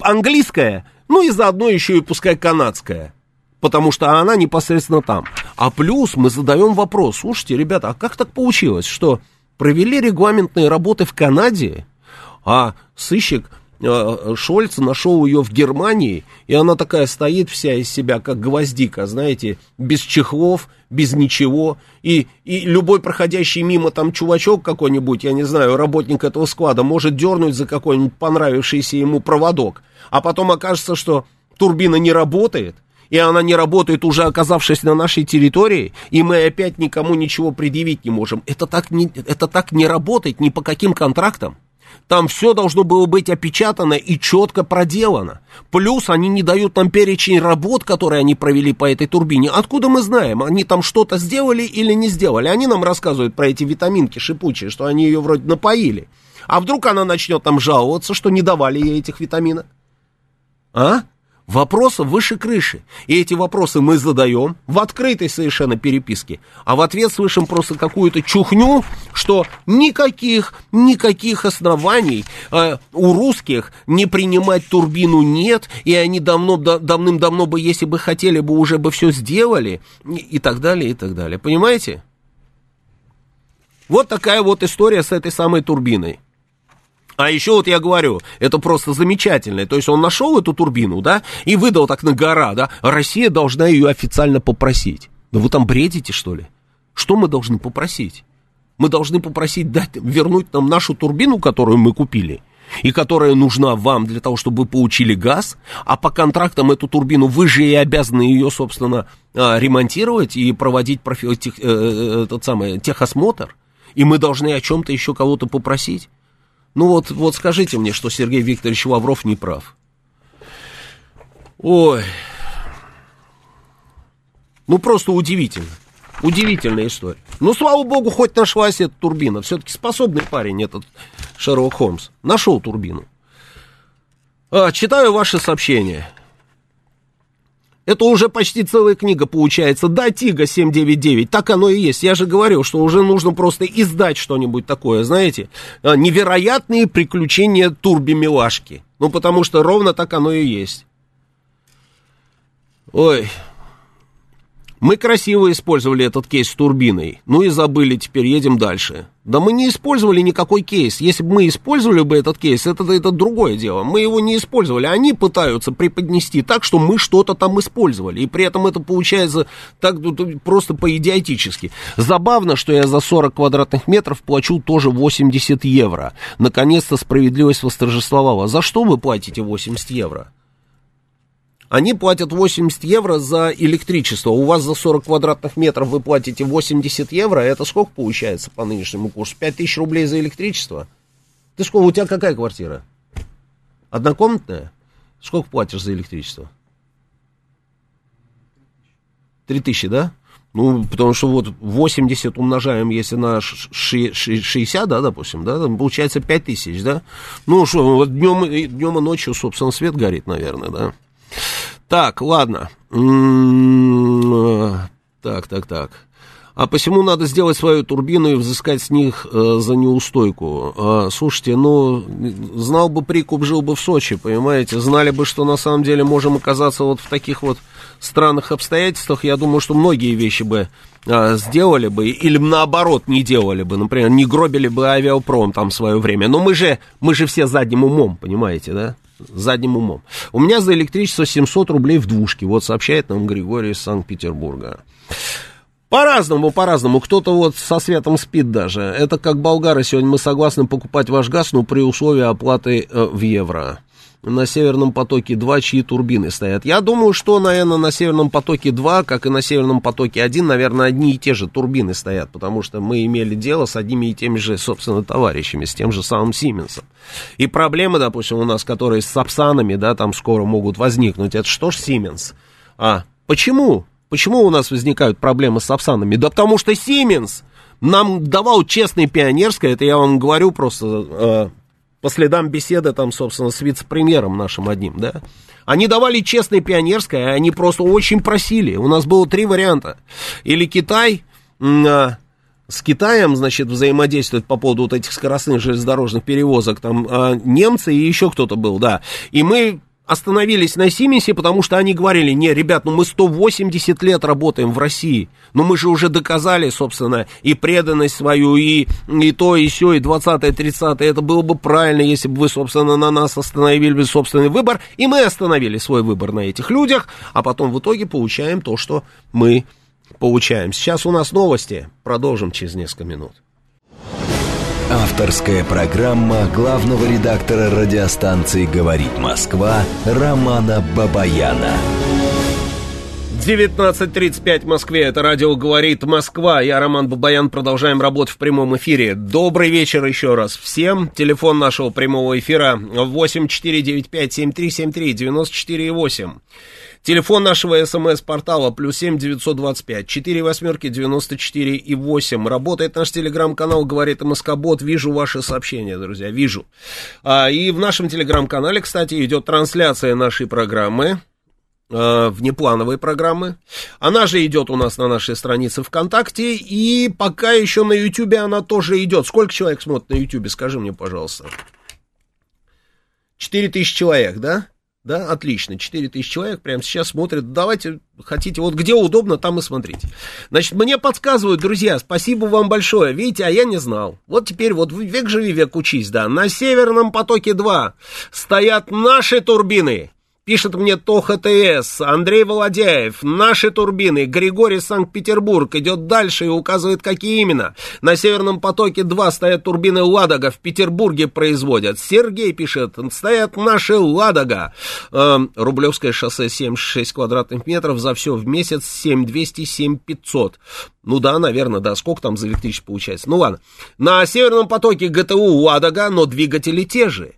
английская, ну и заодно еще и пускай канадская, потому что она непосредственно там. А плюс мы задаем вопрос, слушайте, ребята, а как так получилось, что провели регламентные работы в Канаде, а сыщик э, Шольц нашел ее в Германии, и она такая стоит вся из себя, как гвоздика, знаете, без чехлов, без ничего, и, и любой проходящий мимо там чувачок какой-нибудь, я не знаю, работник этого склада, может дернуть за какой-нибудь понравившийся ему проводок, а потом окажется, что турбина не работает, и она не работает, уже оказавшись на нашей территории, и мы опять никому ничего предъявить не можем. Это так не, это так не работает ни по каким контрактам. Там все должно было быть опечатано и четко проделано. Плюс они не дают нам перечень работ, которые они провели по этой турбине. Откуда мы знаем, они там что-то сделали или не сделали? Они нам рассказывают про эти витаминки шипучие, что они ее вроде напоили. А вдруг она начнет там жаловаться, что не давали ей этих витаминок? А? Вопросов выше крыши. И эти вопросы мы задаем в открытой совершенно переписке. А в ответ слышим просто какую-то чухню, что никаких, никаких оснований э, у русских не принимать турбину нет. И они давно, да, давным-давно бы, если бы хотели бы, уже бы все сделали. И, и так далее, и так далее. Понимаете? Вот такая вот история с этой самой турбиной. А еще вот я говорю, это просто замечательно. То есть он нашел эту турбину, да, и выдал так на гора, да. Россия должна ее официально попросить. Да вы там бредите, что ли? Что мы должны попросить? Мы должны попросить дать, вернуть нам нашу турбину, которую мы купили, и которая нужна вам для того, чтобы вы получили газ, а по контрактам эту турбину вы же и обязаны ее, собственно, ремонтировать и проводить профи... тех... этот самый техосмотр, и мы должны о чем-то еще кого-то попросить. Ну вот, вот скажите мне, что Сергей Викторович Лавров не прав. Ой. Ну просто удивительно. Удивительная история. Ну, слава богу, хоть нашлась эта турбина. Все-таки способный парень этот Шерлок Холмс. Нашел турбину. А, читаю ваши сообщения. Это уже почти целая книга получается. Да, Тига семь девять девять, так оно и есть. Я же говорил, что уже нужно просто издать что-нибудь такое, знаете. Невероятные приключения турби-милашки. Ну, потому что ровно так оно и есть. Ой. Мы красиво использовали этот кейс с турбиной. Ну и забыли, теперь едем дальше. Да мы не использовали никакой кейс. Если бы мы использовали бы этот кейс, это, это другое дело. Мы его не использовали. Они пытаются преподнести так, что мы что-то там использовали. И при этом это получается так просто по-идиотически. Забавно, что я за сорок квадратных метров плачу тоже восемьдесят евро. Наконец-то справедливость восторжествовала. За что вы платите восемьдесят евро? Они платят восемьдесят евро за электричество. У вас за сорок квадратных метров вы платите восемьдесят евро. Это сколько получается по нынешнему курсу? пять тысяч рублей за электричество? Ты сколько? У тебя какая квартира? Однокомнатная? Сколько платишь за электричество? три тысячи, да? Ну, потому что вот восемьдесят умножаем, если на шестьдесят, да, допустим, да, там получается пять тысяч, да? Ну, что, вот днем, днем и ночью, собственно, свет горит, наверное, да? Так, ладно. Так, так, так. А посему надо сделать свою турбину и взыскать с них э, за неустойку. А, слушайте, ну, знал бы прикуп, жил бы в Сочи, понимаете? Знали бы, что на самом деле можем оказаться вот в таких вот странных обстоятельствах. Я думаю, что многие вещи бы а, сделали бы, или наоборот не делали бы. Например, не гробили бы Авиапром там в свое время. Но мы же, мы же все задним умом, понимаете, да? Задним умом. У меня за электричество семьсот рублей в двушке. Вот сообщает нам Григорий из Санкт-Петербурга. По-разному, по-разному. Кто-то вот со светом спит даже. Это как болгары. Сегодня мы согласны покупать ваш газ, но при условии оплаты э, в евро. На Северном потоке-два чьи турбины стоят? Я думаю, что, наверное, на Северном потоке-два, как и на Северном потоке-один, наверное, одни и те же турбины стоят, потому что мы имели дело с одними и теми же, собственно, товарищами, с тем же самым Сименсом. И проблемы, допустим, у нас, которые с Сапсанами, да, там скоро могут возникнуть, это что ж Сименс? А почему? Почему у нас возникают проблемы с Сапсанами? Да потому что Сименс нам давал честное пионерское, это я вам говорю просто... Э, по следам беседы, там, собственно, с вице-премьером нашим одним, да, они давали честное пионерское, они просто очень просили, у нас было три варианта, или Китай, а, с Китаем, значит, взаимодействует по поводу вот этих скоростных железнодорожных перевозок, там, а, немцы и еще кто-то был, да, и мы остановились на Сименсе, потому что они говорили: не, ребят, ну мы сто восемьдесят лет работаем в России, но мы же уже доказали, собственно, и преданность свою, и, и то, и сё, и двадцатое, тридцатое, это было бы правильно, если бы вы, собственно, на нас остановили бы собственный выбор, и мы остановили свой выбор на этих людях, а потом в итоге получаем то, что мы получаем. Сейчас у нас новости, продолжим через несколько минут. Авторская программа главного редактора радиостанции «Говорит Москва» Романа Бабаяна. девятнадцать тридцать пять в Москве, это радио «Говорит Москва». Я, Роман Бабаян, продолжаем работу в прямом эфире. Добрый вечер еще раз всем. Телефон нашего прямого эфира восемь четыре девять пять семь три семь три девять четыре восемь. Телефон нашего СМС-портала плюс семь девятьсот двадцать пять четыре восьмерки девяносто четыре и восемь. Работает наш телеграм-канал «Говорит МСК-бот». Вижу ваши сообщения, друзья, вижу. А, и в нашем телеграм-канале, кстати, идет трансляция нашей программы, э, внеплановой программы. Она же идет у нас на нашей странице ВКонтакте, и пока еще на Ютубе она тоже идет. Сколько человек смотрит на Ютубе, скажи мне, пожалуйста. Четыре тысячи человек, да? Да, отлично, четыре тысячи человек прямо сейчас смотрят. Давайте, хотите, вот где удобно, там и смотрите. Значит, мне подсказывают, друзья, спасибо вам большое. Видите, а я не знал. Вот теперь вот век живи, век учись, да. На Северном потоке два стоят наши турбины. Пишет мне Тоха ТС, Андрей Володяев, наши турбины, Григорий Санкт-Петербург, идет дальше и указывает, какие именно. На Северном потоке два стоят турбины Ладога, в Петербурге производят. Сергей пишет, стоят наши Ладога. Э, Рублевское шоссе семьдесят шесть квадратных метров, за все в месяц семь двести, семь пятьсот. Ну да, наверное, да, сколько там за электричество получается? Ну ладно. На Северном потоке ГТУ Ладога, но двигатели те же.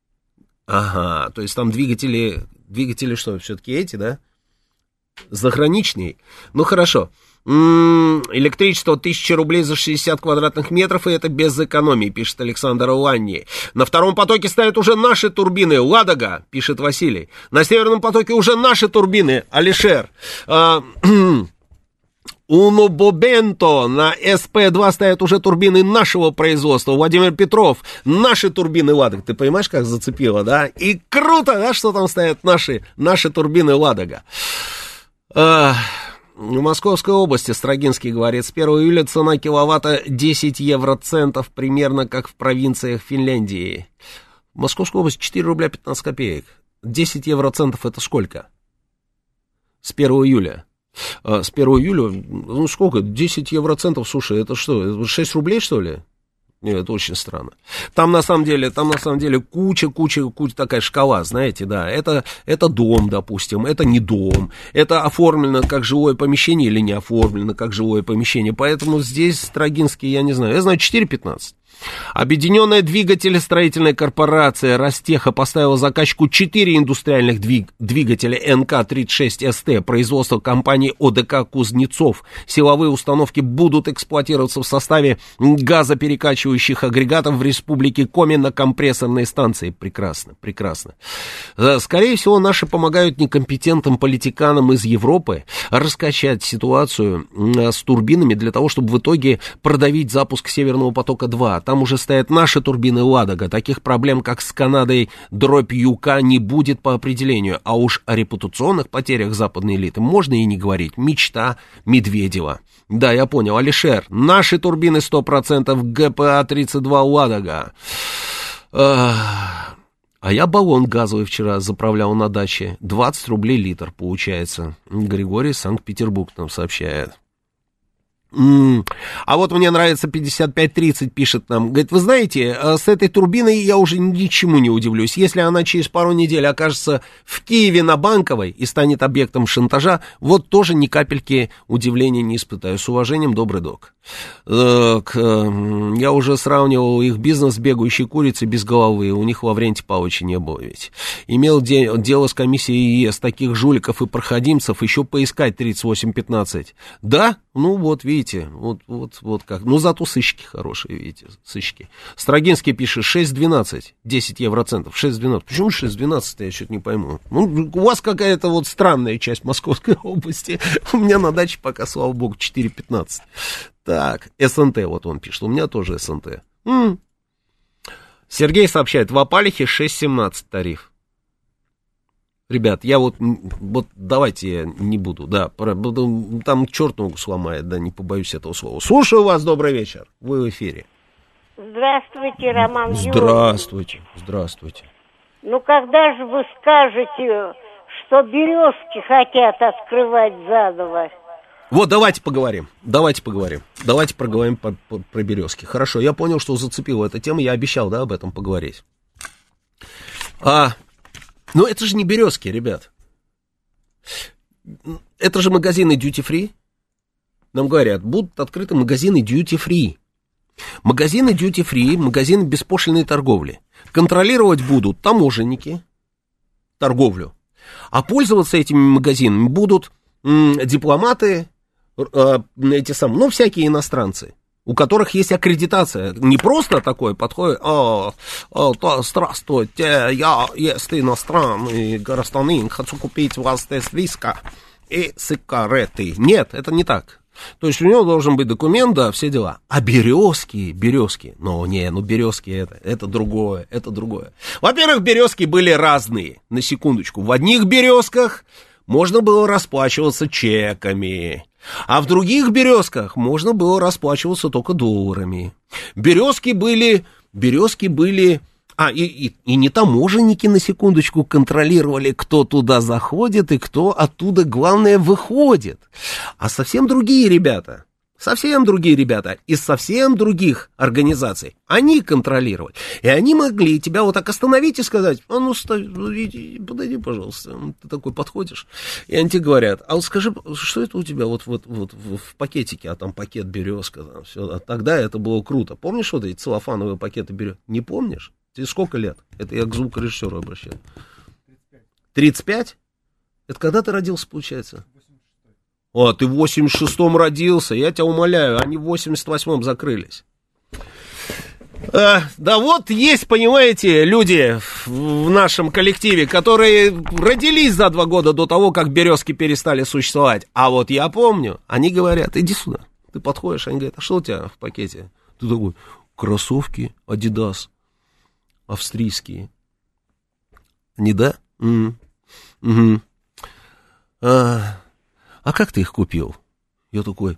Ага, то есть там двигатели, двигатели что, все-таки эти, да? Заграничные. Ну, хорошо. М-м, электричество тысяча рублей за шестьдесят квадратных метров, и это без экономии, пишет Александр Ланни. На втором потоке стоят уже наши турбины, Ладога, пишет Василий. На Северном потоке уже наши турбины, Алишер. А, Унобобенто, на эс пэ два стоят уже турбины нашего производства. Владимир Петров, наши турбины Ладога. Ты понимаешь, как зацепило, да? И круто, да, что там стоят наши, наши турбины Ладога. А, в Московской области, Строгинский говорит, с первого июля цена киловатта десять евроцентов, примерно как в провинциях Финляндии. В Московской области четыре рубля пятнадцать копеек. десять евроцентов это сколько? С первого июля. С первого июля, ну сколько, десять евроцентов, слушай, это что, шесть рублей, что ли? Нет, это очень странно. Там на самом деле, там на самом деле куча, куча, куча такая шкала, знаете, да, это, это дом, допустим, это не дом, это оформлено как жилое помещение или не оформлено как жилое помещение, поэтому здесь Строгинский, я не знаю, я знаю, четыре пятнадцать. Объединенная двигателестроительная корпорация Ростеха поставила заказчику четыре индустриальных двиг... двигателя эн ка тридцать шесть эс тэ производства компании о дэ ка Кузнецов. Силовые установки будут эксплуатироваться в составе газоперекачивающих агрегатов в республике Коми на компрессорной станции. Прекрасно, прекрасно. Скорее всего, наши помогают некомпетентным политиканам из Европы раскачать ситуацию с турбинами для того, чтобы в итоге продавить запуск Северного потока-два. Там уже стоят наши турбины Ладога. Таких проблем, как с Канадой дробь Юка, не будет по определению. А уж о репутационных потерях западной элиты можно и не говорить. Мечта Медведева. Да, я понял. Алишер, наши турбины сто процентов гэ пэ а тридцать два Ладога. А я баллон газовый вчера заправлял на даче. двадцать рублей литр получается. Григорий Санкт-Петербург нам сообщает. Mm. А вот мне нравится пятьдесят пять тридцать, пишет нам. Говорит, вы знаете, с этой турбиной я уже ничему не удивлюсь. Если она через пару недель окажется в Киеве на Банковой и станет объектом шантажа, вот тоже ни капельки удивления не испытаю. С уважением, добрый док. Я уже сравнивал их бизнес с бегающей курицей без головы. У них Лаврентия Павловича не было ведь. Имел де- дело с комиссией ЕС. Таких жуликов и проходимцев еще поискать тридцать восемь пятнадцать. Да? Ну вот, видите, вот, вот, вот как. Ну зато сыщики хорошие, видите, сыщики. Строгинский пишет шесть двенадцать, десять евроцентов, шесть двенадцать. Почему шесть двенадцать, я что-то не пойму. Ну, у вас какая-то вот странная часть Московской области. У меня на даче пока, слава богу, четыре пятнадцать. Так, эс эн тэ, вот он пишет, у меня тоже эс эн тэ. М-м. Сергей сообщает, в Апалихе шесть семнадцать тариф. Ребят, я вот, вот давайте я не буду, да, там черт ногу сломает, да, не побоюсь этого слова. Слушаю вас, добрый вечер, вы в эфире. Здравствуйте, Роман Георгиевич. Здравствуйте, здравствуйте. Ну, когда же вы скажете, что березки хотят открывать заново? Вот, давайте поговорим, давайте поговорим, давайте поговорим по, по, про березки. Хорошо, я понял, что зацепила эта тема, я обещал, да, об этом поговорить. А, ну это же не березки, ребят. Это же магазины duty free. Нам говорят, будут открыты магазины duty free. Магазины duty free, магазины беспошлинной торговли. Контролировать будут таможенники торговлю. А пользоваться этими магазинами будут м, дипломаты, э, эти самые, ну, всякие иностранцы, у которых есть аккредитация. Не просто такое подходит, о, о, то, здравствуйте, я есть иностранный гражданин, хочу купить у вас тест-виска и сигареты. Нет, это не так. То есть у него должен быть документ, да, все дела. А березки, березки, ну не, ну березки это, это другое, это другое. Во-первых, березки были разные, на секундочку. В одних березках можно было расплачиваться чеками, а в других березках можно было расплачиваться только долларами. Березки были, березки были... А, и, и, и не таможенники, на секундочку, контролировали, кто туда заходит и кто оттуда, главное, выходит. А совсем другие ребята, совсем другие ребята из совсем других организаций, они контролировали. И они могли тебя вот так остановить и сказать, а ну, стой, иди, подойди, пожалуйста. Ты такой подходишь, и они тебе говорят, а вот скажи, что это у тебя вот, вот, вот в пакетике, а там пакет березка, там, все. А тогда это было круто. Помнишь вот эти целлофановые пакеты березка? Не помнишь? Тебе сколько лет? Это я к звукорежиссеру обращаюсь. тридцать пять? Это когда ты родился, получается? О, ты в восемьдесят шестом родился, я тебя умоляю, они в восемьдесят восьмом закрылись. А, да вот есть, понимаете, люди в нашем коллективе, которые родились за два года до того, как березки перестали существовать. А вот я помню, они говорят, иди сюда. Ты подходишь, они говорят, а что у тебя в пакете? Ты такой, кроссовки Adidas. Австрийские. Не да? Mm. Mm-hmm. А, а как ты их купил? Я такой,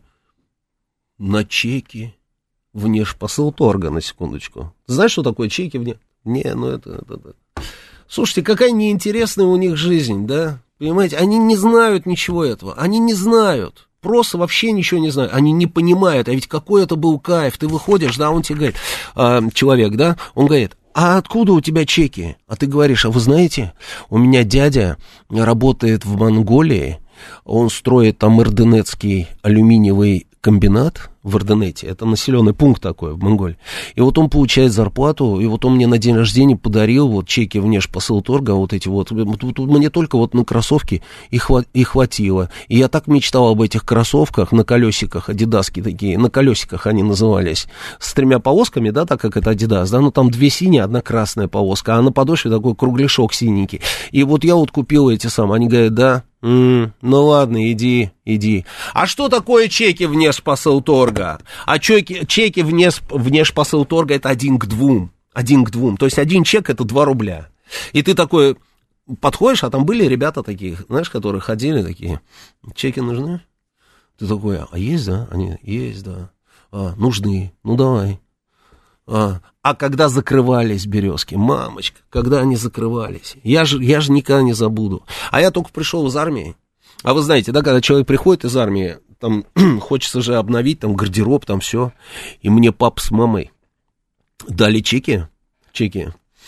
на чеки внешпосылторга, на секундочку. Знаешь, что такое чеки вне? Не, ну это, это, это. Слушайте, какая неинтересная у них жизнь, да? Понимаете, они не знают ничего этого. Они не знают. Просто вообще ничего не знают, они не понимают, а ведь какой это был кайф, ты выходишь, да, он тебе говорит, э, человек, да, он говорит, а откуда у тебя чеки? А ты говоришь, а вы знаете, у меня дядя работает в Монголии, он строит там Эрденетский алюминиевый комбинат в Эрденете, это населенный пункт такой в Монголии, и вот он получает зарплату, и вот он мне на день рождения подарил вот чеки внешпосылторга, вот эти вот, вот мне только вот на кроссовки и, хва- и хватило, и я так мечтал об этих кроссовках на колесиках, адидаски такие, на колесиках они назывались, с тремя полосками, да, так как это адидас, да, но там две синие, одна красная полоска, а на подошве такой кругляшок синенький, и вот я вот купил эти самые, они говорят, да, Mm, ну ладно, иди, иди. А что такое чеки внешпосылторга? А чеки, чеки внеш, внешпосылторга это один к двум. Один к двум. То есть один чек это два рубля. И ты такой подходишь, а там были ребята такие, знаешь, которые ходили такие. Чеки нужны? Ты такой, а есть, да? Они, есть, да. А, нужны, ну давай. А, а когда закрывались березки, мамочка, когда они закрывались, я же, я же никогда не забуду. А я только пришел из армии. А вы знаете, да, когда человек приходит из армии, там хочется же обновить, там гардероб, там все. И мне папа с мамой дали чеки, чеки.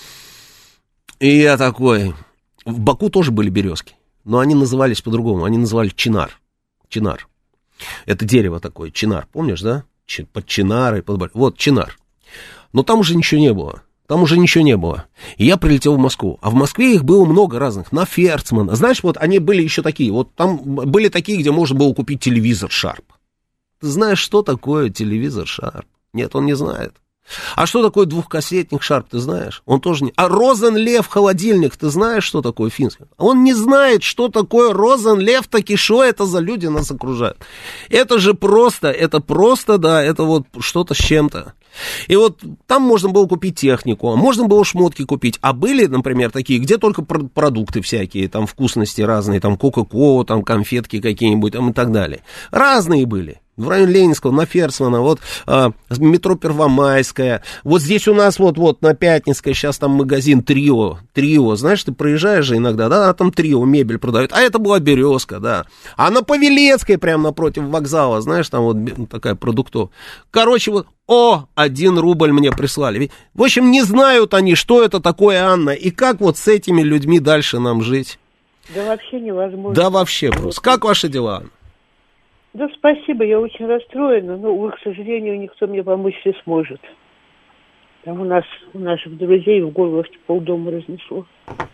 И я такой, в Баку тоже были березки, но они назывались по-другому, они назывались чинар. Чинар. Это дерево такое, чинар, помнишь, да? Под чинарой, под... вот чинар. Но там уже ничего не было. Там уже ничего не было. И я прилетел в Москву. А в Москве их было много разных. На Ферцмана. Знаешь, вот они были еще такие. Вот там были такие, где можно было купить телевизор Sharp. Ты знаешь, что такое телевизор Sharp? Нет, он не знает. А что такое двухкассетник Sharp, ты знаешь? Он тоже не... А Розенлев холодильник, ты знаешь, что такое финский? Он не знает, что такое Розенлев, таки что это за люди нас окружают. Это же просто, это просто, да, это вот что-то с чем-то. И вот там можно было купить технику, можно было шмотки купить, а были, например, такие, где только продукты всякие, там вкусности разные, там кока-кола, там конфетки какие-нибудь, там и так далее. Разные были. В районе Ленинского, на Ферсмана, вот а, метро Первомайская. Вот здесь у нас вот-вот на Пятницкой сейчас там магазин Трио. Трио, знаешь, ты проезжаешь же иногда, да, а там Трио мебель продают. А это была Березка, да. А на Павелецкой, прямо напротив вокзала, знаешь, там вот такая продуктовая. Короче, вот, о, один рубль мне прислали. В общем, не знают они, что это такое, Анна, и как вот с этими людьми дальше нам жить. Да вообще невозможно. Да вообще просто. Как ваши дела, Анна? Да спасибо, я очень расстроена, но, увы, к сожалению, никто мне помочь не сможет. Там у нас, у наших друзей в горловке полдома разнесло.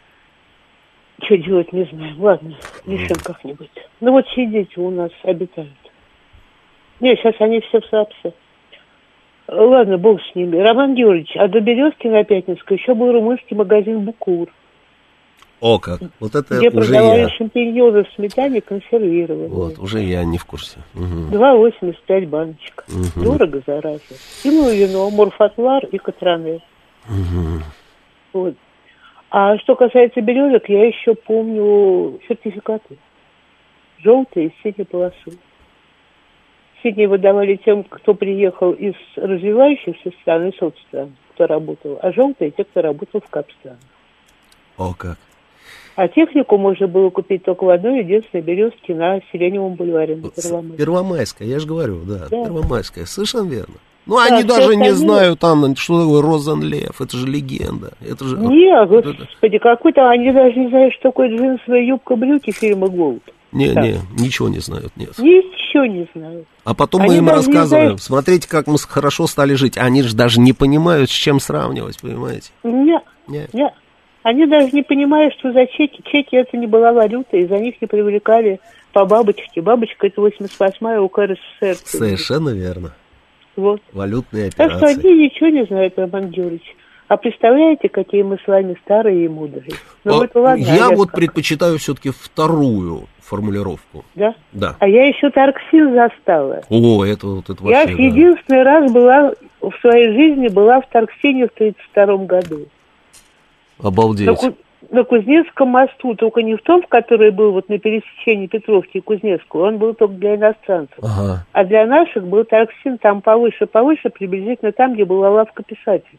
Что делать, не знаю. Ладно, решим как-нибудь. Ну вот сидите у нас, обитают. Не, сейчас они все в САПСе. Ладно, бог с ними. Роман Георгиевич, а до Березки на Пятницкой еще был румынский магазин «Букур». О, как. Вот это где уже продавали я. шампиньоны в сметане консервированные. Вот, уже я не в курсе. Угу. два восемьдесят пять баночек. Угу. Дорого, зараза. И ну вино, морфатлар и катране. Угу. Вот. А что касается березок, я еще помню сертификаты. Желтые с синей полосой. Синие выдавали тем, кто приехал из развивающихся стран и соцстран, кто работал. А желтые те, кто работал в капстранах. О, как. А технику можно было купить только в одной единственной Березке на Сиреневом бульваре. На Первомайской. Первомайская, я же говорю, да, да. Первомайская, совершенно верно. Ну, да, они даже не остальные... знают, Анна, что такое Розенлев, это же легенда. Это же... Не, господи, какой-то, они даже не знают, что такое джинсовая юбка-брюки фильма «Голд». Не, так. не, ничего не знают, нет. Ничего не знают. А потом они мы им рассказываем, знают... смотрите, как мы хорошо стали жить. Они же даже не понимают, с чем сравнивать, понимаете? Не, не. не. Они даже не понимают, что за чеки. Чеки это не была валюта, и за них не привлекали по бабочке. Бабочка это восемьдесят восьмая УК РСФСР. Совершенно верно. Вот. Валютные операции. Так что они ничего не знают, Роман Георгиевич. А представляете, какие мы с вами старые и мудрые? Ну, вот, ладно, я а вот как? предпочитаю все-таки вторую формулировку. Да? Да. А я еще Торксин застала. О, это вот это я вообще, в единственный да. раз была в своей жизни была в Торксине в тридцать втором году. Обалдеть. На, Ку- на Кузнецком мосту, только не в том, который был вот на пересечении Петровки и Кузнецкого, он был только для иностранцев. Ага. А для наших был Торксин там повыше-повыше, приблизительно там, где была лавка писателей.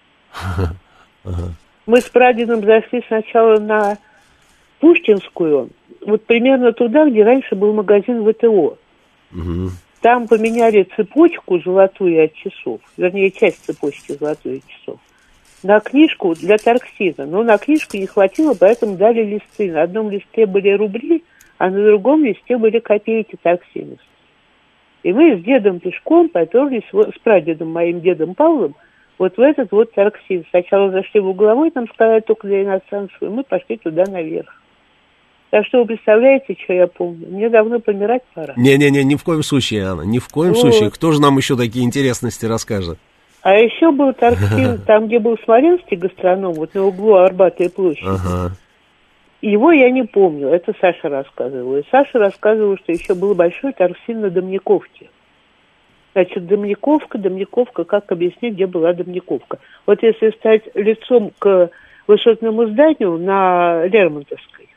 Ага. Мы с прадедом зашли сначала на Пушкинскую, вот примерно туда, где раньше был магазин ВТО. Угу. Там поменяли цепочку золотую от часов, вернее, часть цепочки золотую от часов, на книжку для Торксина. Но на книжку не хватило, поэтому дали листы. На одном листе были рубли, а на другом листе были копейки Торксиновские. И мы с дедом пешком поперлись, с прадедом моим дедом Павлом, вот в этот вот Торксин. Сначала зашли в угловой, там сказали только для иностранцев, и мы пошли туда наверх. Так что вы представляете, что я помню? Мне давно помирать пора. Не-не-не, ни в коем случае, Анна, ни в коем вот. случае. Кто же нам еще такие интересности расскажет? А еще был Торксин, там, где был Смоленский гастроном, вот на углу Арбата и площади. Ага. Его я не помню, это Саша рассказывала. И Саша рассказывала, что еще был большой Торксин на Домниковке. Значит, Домниковка, Домниковка, как объяснить, где была Домниковка? Вот если стать лицом к высотному зданию на Лермонтовской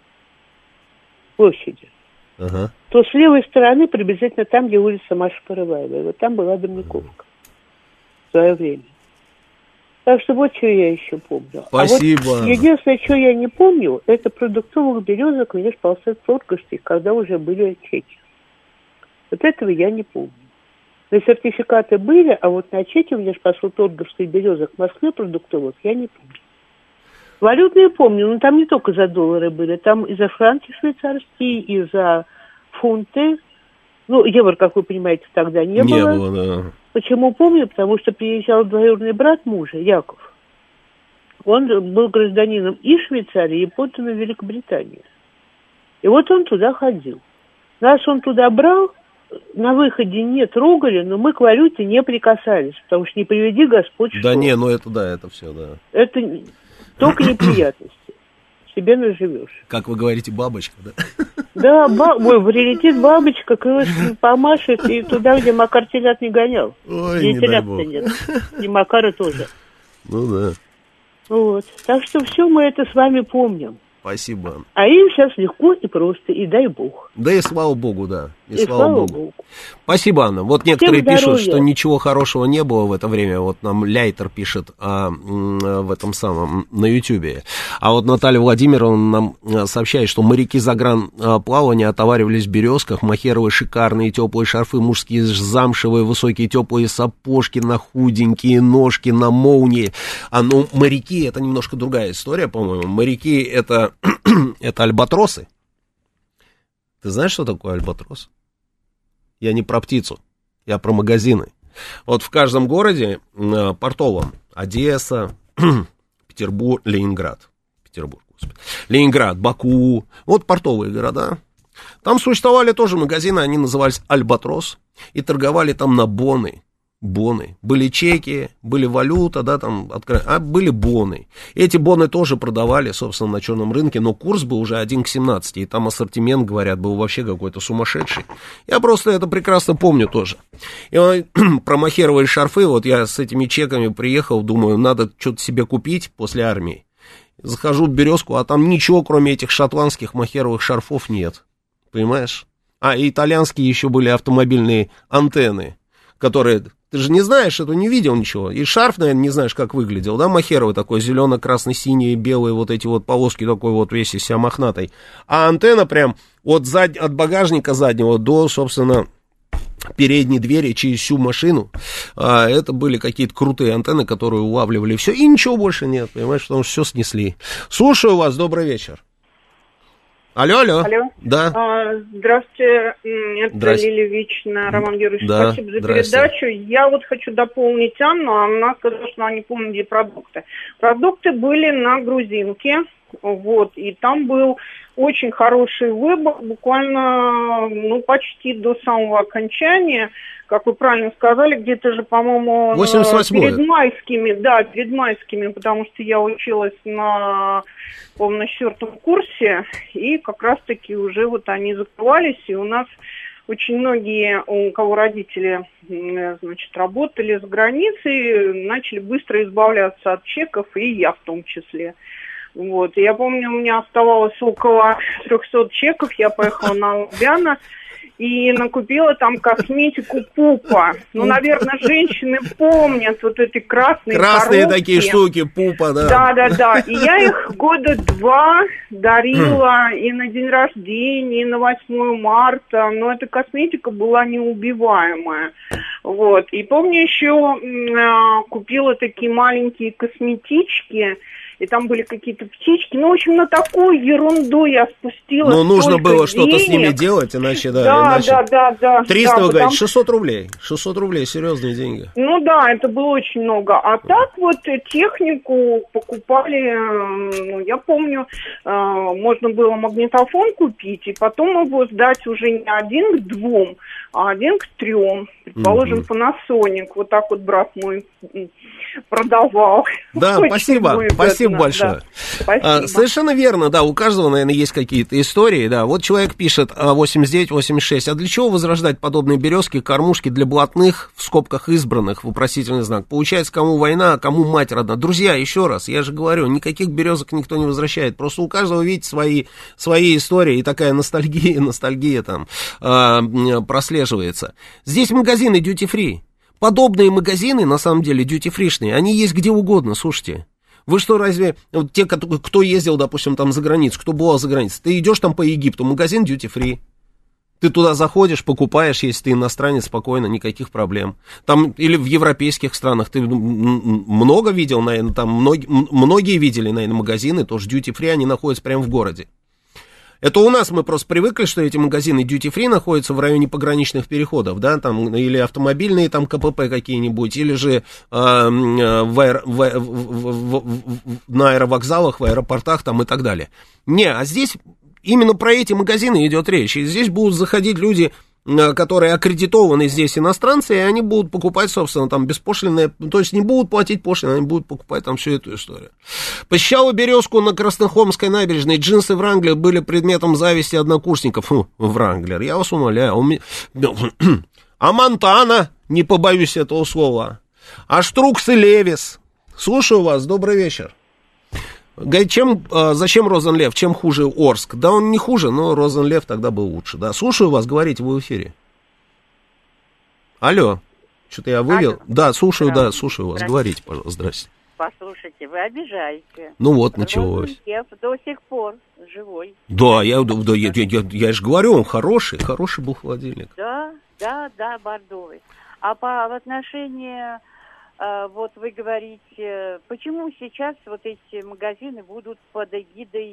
площади, ага. то с левой стороны, приблизительно там, где улица Маши Порываевой, вот там была Домниковка в свое время. Так что вот что я еще помню. Спасибо. А вот единственное, что я не помню, это продуктовых березок в Межполсетторговской, когда уже были чеки. Вот этого я не помню. Но сертификаты были, а вот на чеке в Межполсетторговской березок в Москве продуктовых я не помню. Валютные помню, но там не только за доллары были, там и за франки швейцарские, и за фунты. Ну, евро, как вы понимаете, тогда не, не было. было да. Почему помню? Потому что приезжал двоюродный брат мужа, Яков. Он был гражданином и Швейцарии, и подданным Великобритании. И вот он туда ходил. Нас он туда брал, на выходе не трогали, но мы к валюте не прикасались, потому что не приведи Господь что. Да не, ну это да, это все, да. Это только неприятности. Себе наживешь. Как вы говорите, бабочка, да? Да, ба- ой, прилетит бабочка, крылышками помашет, и туда, где Макар телят не гонял. Ой, где не дай телят бог. нет. И Макара тоже. Ну да. Вот. Так что все мы это с вами помним. Спасибо. А им сейчас легко и просто, и дай бог. Да и слава богу, да. И, И слава, слава богу. богу. Спасибо, Анна. Вот некоторые Всем пишут, здоровья. что ничего хорошего не было в это время. Вот нам Ляйтер пишет а, м, в этом самом, на Ютьюбе. А вот Наталья Владимировна нам а, сообщает, что моряки загранплавания отоваривались в березках, махеровые шикарные теплые шарфы, мужские замшевые высокие теплые сапожки на худенькие ножки, на молнии. А ну, моряки — это немножко другая история, по-моему. Моряки — это, это альбатросы. Ты знаешь, что такое альбатрос? Я не про птицу, я про магазины. Вот в каждом городе э, портовом, Одесса, Петербург, Ленинград, Петербург, господи, Ленинград, Баку, вот портовые города. Там существовали тоже магазины, они назывались Альбатрос, и торговали там на боны. Боны. Были чеки, были валюта, да, там, откр... а были боны. Эти боны тоже продавали, собственно, на черном рынке, но курс был уже один к семнадцати, и там ассортимент, говорят, был вообще какой-то сумасшедший. Я просто это прекрасно помню тоже. И он, про махеровые шарфы, вот я с этими чеками приехал, думаю, надо что-то себе купить после армии. Захожу в «Березку», а там ничего, кроме этих шотландских махеровых шарфов, нет. Понимаешь? А, и итальянские еще были автомобильные антенны, которые... Ты же не знаешь, это не видел ничего. И шарф, наверное, не знаешь, как выглядел, да, махеровый такой, зелено-красно-синие, белые вот эти вот полоски, такой вот весь из себя мохнатой. А антенна прям от, зад... от багажника заднего до, собственно, передней двери через всю машину. А, это были какие-то крутые антенны, которые улавливали все, и ничего больше нет, понимаешь, потому что все снесли. Слушаю вас, добрый вечер. Алло, алло. Алло. Да. А, здравствуйте, это Здрасте. Лилия Вечная, Роман Георгиевич, Да, спасибо за здрасте. передачу. Я вот хочу дополнить Анну, она сказала, что она не помнит, где продукты. Продукты были на грузинке, вот, и там был очень хороший выбор, буквально, ну, почти до самого окончания, как вы правильно сказали, где-то же, по-моему, восемьдесят восьмой. перед майскими, да, перед майскими, потому что я училась на, по-моему, на четвертом курсе, и как раз-таки уже вот они закрывались, и у нас очень многие, у кого родители, значит, работали за границей, начали быстро избавляться от чеков, и я в том числе. Вот, я помню, у меня оставалось около трехсот чеков, я поехала на Лубяна и накупила там косметику Пупа. Ну, наверное, женщины помнят вот эти красные Красные коробки. такие штуки, Пупа, да. Да, да, да. И я их года два дарила и на день рождения, и на восьмое марта. Но эта косметика была неубиваемая. Вот. И помню, еще э, купила такие маленькие косметички, и там были какие-то птички. Ну, в общем, на такую ерунду я спустила. Ну, нужно столько было что-то денег. с ними делать, иначе, да, Да, иначе... да, да, да. триста, да, вы потому- говорите, шестьсот рублей. шестьсот рублей, серьезные деньги. Ну да, это было очень много. А так вот э, технику покупали, э, ну, я помню, э, можно было магнитофон купить, и потом его сдать уже не один к двум, а один к трем. Предположим, Panasonic. Вот так вот брат мой м, продавал. Да, Очень спасибо, выгодно, спасибо да. большое. Спасибо. А, совершенно верно, да, у каждого, наверное, есть какие-то истории, да. Вот человек пишет а, восемьдесят девять восемьдесят шесть, а для чего возрождать подобные березки, кормушки для блатных, в скобках избранных, вопросительный знак? Получается, кому война, а кому мать родна. Друзья, еще раз, я же говорю, никаких березок никто не возвращает, просто у каждого, видите, свои, свои истории, и такая ностальгия, ностальгия там а, прослеживается. Здесь магазины duty-free. Подобные магазины, на самом деле, duty-free-шные, они есть где угодно, слушайте. Вы что, разве, вот те, кто, кто ездил, допустим, там за границу, кто был за границей, ты идешь там по Египту, магазин duty-free. Ты туда заходишь, покупаешь, если ты иностранец, спокойно, никаких проблем. Там, или в европейских странах, ты много видел, наверное, там многие, многие видели, наверное, магазины, тоже duty-free, они находятся прямо в городе. Это у нас мы просто привыкли, что эти магазины duty-free находятся в районе пограничных переходов, да, там, или автомобильные там КПП какие-нибудь, или же э, в аэро, в, в, в, в, на аэровокзалах, в аэропортах там и так далее. Не, а здесь именно про эти магазины идет речь, и здесь будут заходить люди которые аккредитованы здесь иностранцы, и они будут покупать, собственно, там беспошлинные, то есть не будут платить пошлины, они будут покупать там всю эту историю. Посещала «Березку» на Краснохолмской набережной, джинсы Wrangler были предметом зависти однокурсников. Фу, Wrangler, я вас умоляю. У меня... А Монтана, не побоюсь этого слова, а Штрукс и Левис. Слушаю вас, добрый вечер. Говорит, чем, а, зачем Розенлев, чем хуже Орск? Да он не хуже, но Розенлев тогда был лучше, да. Слушаю вас, говорите, вы в эфире. Алло, что-то я вывел. Алло. Да, слушаю, да, слушаю вас, говорите, пожалуйста, здрасте. Послушайте, вы обижаете. Ну вот, началось. Розенлев до сих пор живой. Да, я, да, я, я, я, я же говорю, он хороший, хороший был холодильник. Да, да, да, бордовый. А по в отношении... Вот вы говорите, почему сейчас вот эти магазины будут под эгидой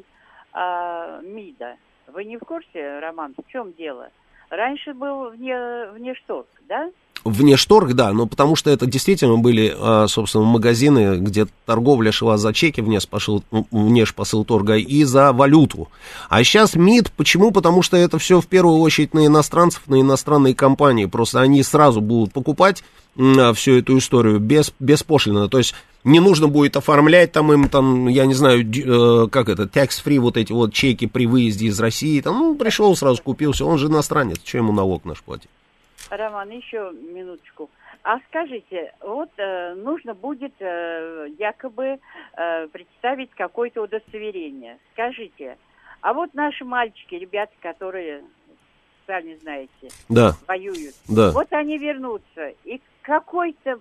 а, МИДа? Вы не в курсе, Роман, в чем дело? Раньше был вне, внешторг, да? Внешторг, да, но потому что это действительно были, собственно, магазины, где торговля шла за чеки внешпосыл, внешпосылторга и за валюту. А сейчас МИД, почему? Потому что это все в первую очередь на иностранцев, на иностранные компании. Просто они сразу будут покупать всю эту историю без, беспошлино. То есть не нужно будет оформлять там им, там, я не знаю, э, как это, tax-free вот эти вот чеки при выезде из России. Там, ну, пришел, сразу купил, все, он же иностранец, что ему налог наш платить? Роман, еще минуточку. А скажите, вот э, нужно будет э, якобы э, представить какое-то удостоверение. Скажите, а вот наши мальчики, ребята, которые, сами знаете, да. воюют, да. вот они вернутся, и какой-то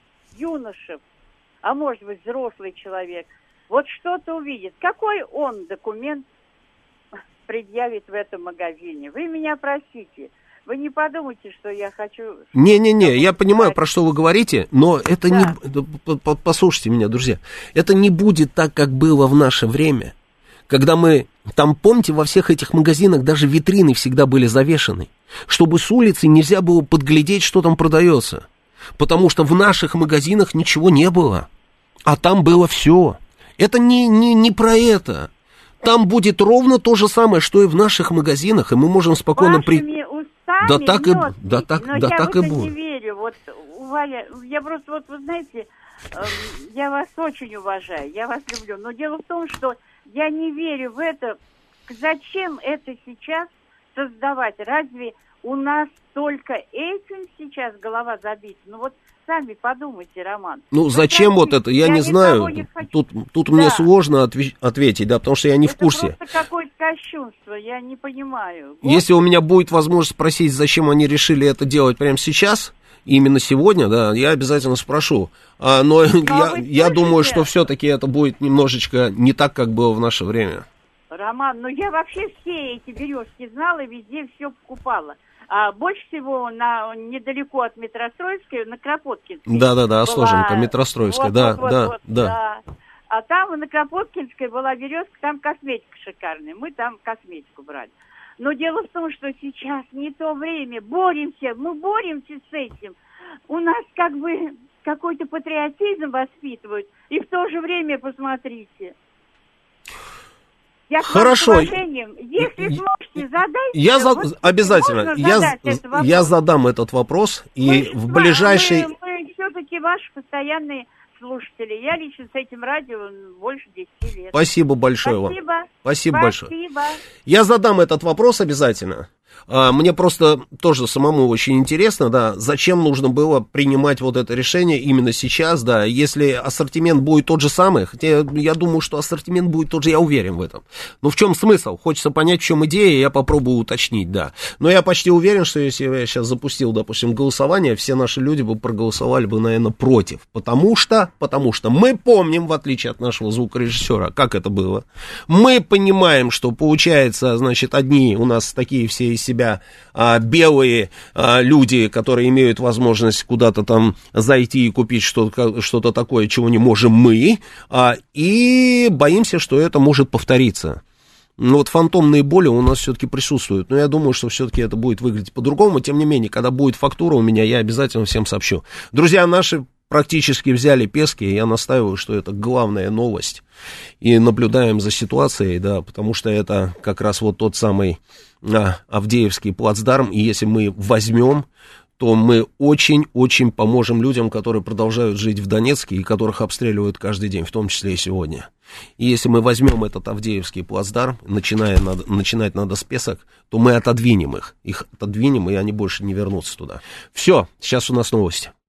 юноша, а может быть взрослый человек, вот что-то увидит. Какой он документ предъявит в этом магазине? Вы меня простите. Вы не подумайте, что я хочу... Не-не-не, я понимаю, про что вы говорите, но это да. не... Послушайте меня, друзья. Это не будет так, как было в наше время, когда мы... Там, помните, во всех этих магазинах даже витрины всегда были завешены, чтобы с улицы нельзя было подглядеть, что там продается. Потому что в наших магазинах ничего не было, а там было все. Это не, не, не про это. Там будет ровно то же самое, что и в наших магазинах, и мы можем спокойно... при... Да так и, да так, но да я так в и это будет. не верю. Вот, Валя, я просто, вот, вы знаете, э, я вас очень уважаю, я вас люблю. Но дело в том, что я не верю в это. Зачем это сейчас создавать? Разве у нас только этим сейчас голова забита? Ну вот сами подумайте, Роман. Ну, вы зачем знаете, вот это? Я, я не знаю. Не тут тут да. мне сложно отве- ответить, да, потому что я не это в курсе. Это просто какое-то кощунство, я не понимаю. Если у меня будет возможность спросить, зачем они решили это делать прямо сейчас, именно сегодня, да, я обязательно спрошу. А, но а я, я думаю, что все-таки это будет немножечко не так, как было в наше время. Роман, ну я вообще все эти березки знала, везде все покупала. А больше всего на, недалеко от Метростроевской, на Кропоткинской. Да-да-да, Остоженко, Метростроевская, вот, да, вот, да, вот, да, да. А там на Кропоткинской была березка, там косметика шикарная. Мы там косметику брали. Но дело в том, что сейчас не то время. Боремся, мы боремся с этим. У нас как бы какой-то патриотизм воспитывают. И в то же время, посмотрите... Я Хорошо. Если сможете, задайте. Я за... вот обязательно. Я, я задам этот вопрос, и мы, в ближайший... Мы, мы все-таки ваши постоянные слушатели. Я лично с этим радио больше десяти лет. Спасибо большое Спасибо. вам. Спасибо, Спасибо большое. Я задам этот вопрос обязательно. Мне просто тоже самому очень интересно, да, зачем нужно было принимать вот это решение именно сейчас, да, если ассортимент будет тот же самый, хотя я думаю, что ассортимент будет тот же, я уверен в этом. Но в чем смысл? Хочется понять, в чем идея, я попробую уточнить, да. Но я почти уверен, что если я сейчас запустил, допустим, голосование, все наши люди бы проголосовали бы, наверное, против. Потому что, потому что мы помним, в отличие от нашего звукорежиссера, как это было. Мы понимаем, что получается, значит, одни у нас такие все из себя а, белые а, люди, которые имеют возможность куда-то там зайти и купить что-то, что-то такое, чего не можем мы, а, и боимся, что это может повториться. Ну вот фантомные боли у нас все-таки присутствуют, но я думаю, что все-таки это будет выглядеть по-другому. Тем не менее, когда будет фактура у меня, я обязательно всем сообщу. Друзья, наши практически взяли Пески, я настаиваю, что это главная новость, и наблюдаем за ситуацией, да, потому что это как раз вот тот самый а, Авдеевский плацдарм, и если мы возьмем, то мы очень-очень поможем людям, которые продолжают жить в Донецке и которых обстреливают каждый день, в том числе и сегодня. И если мы возьмем этот Авдеевский плацдарм, начиная надо, начинать надо с Песок, то мы отодвинем их. Их отодвинем, и они больше не вернутся туда. Все, сейчас у нас новости.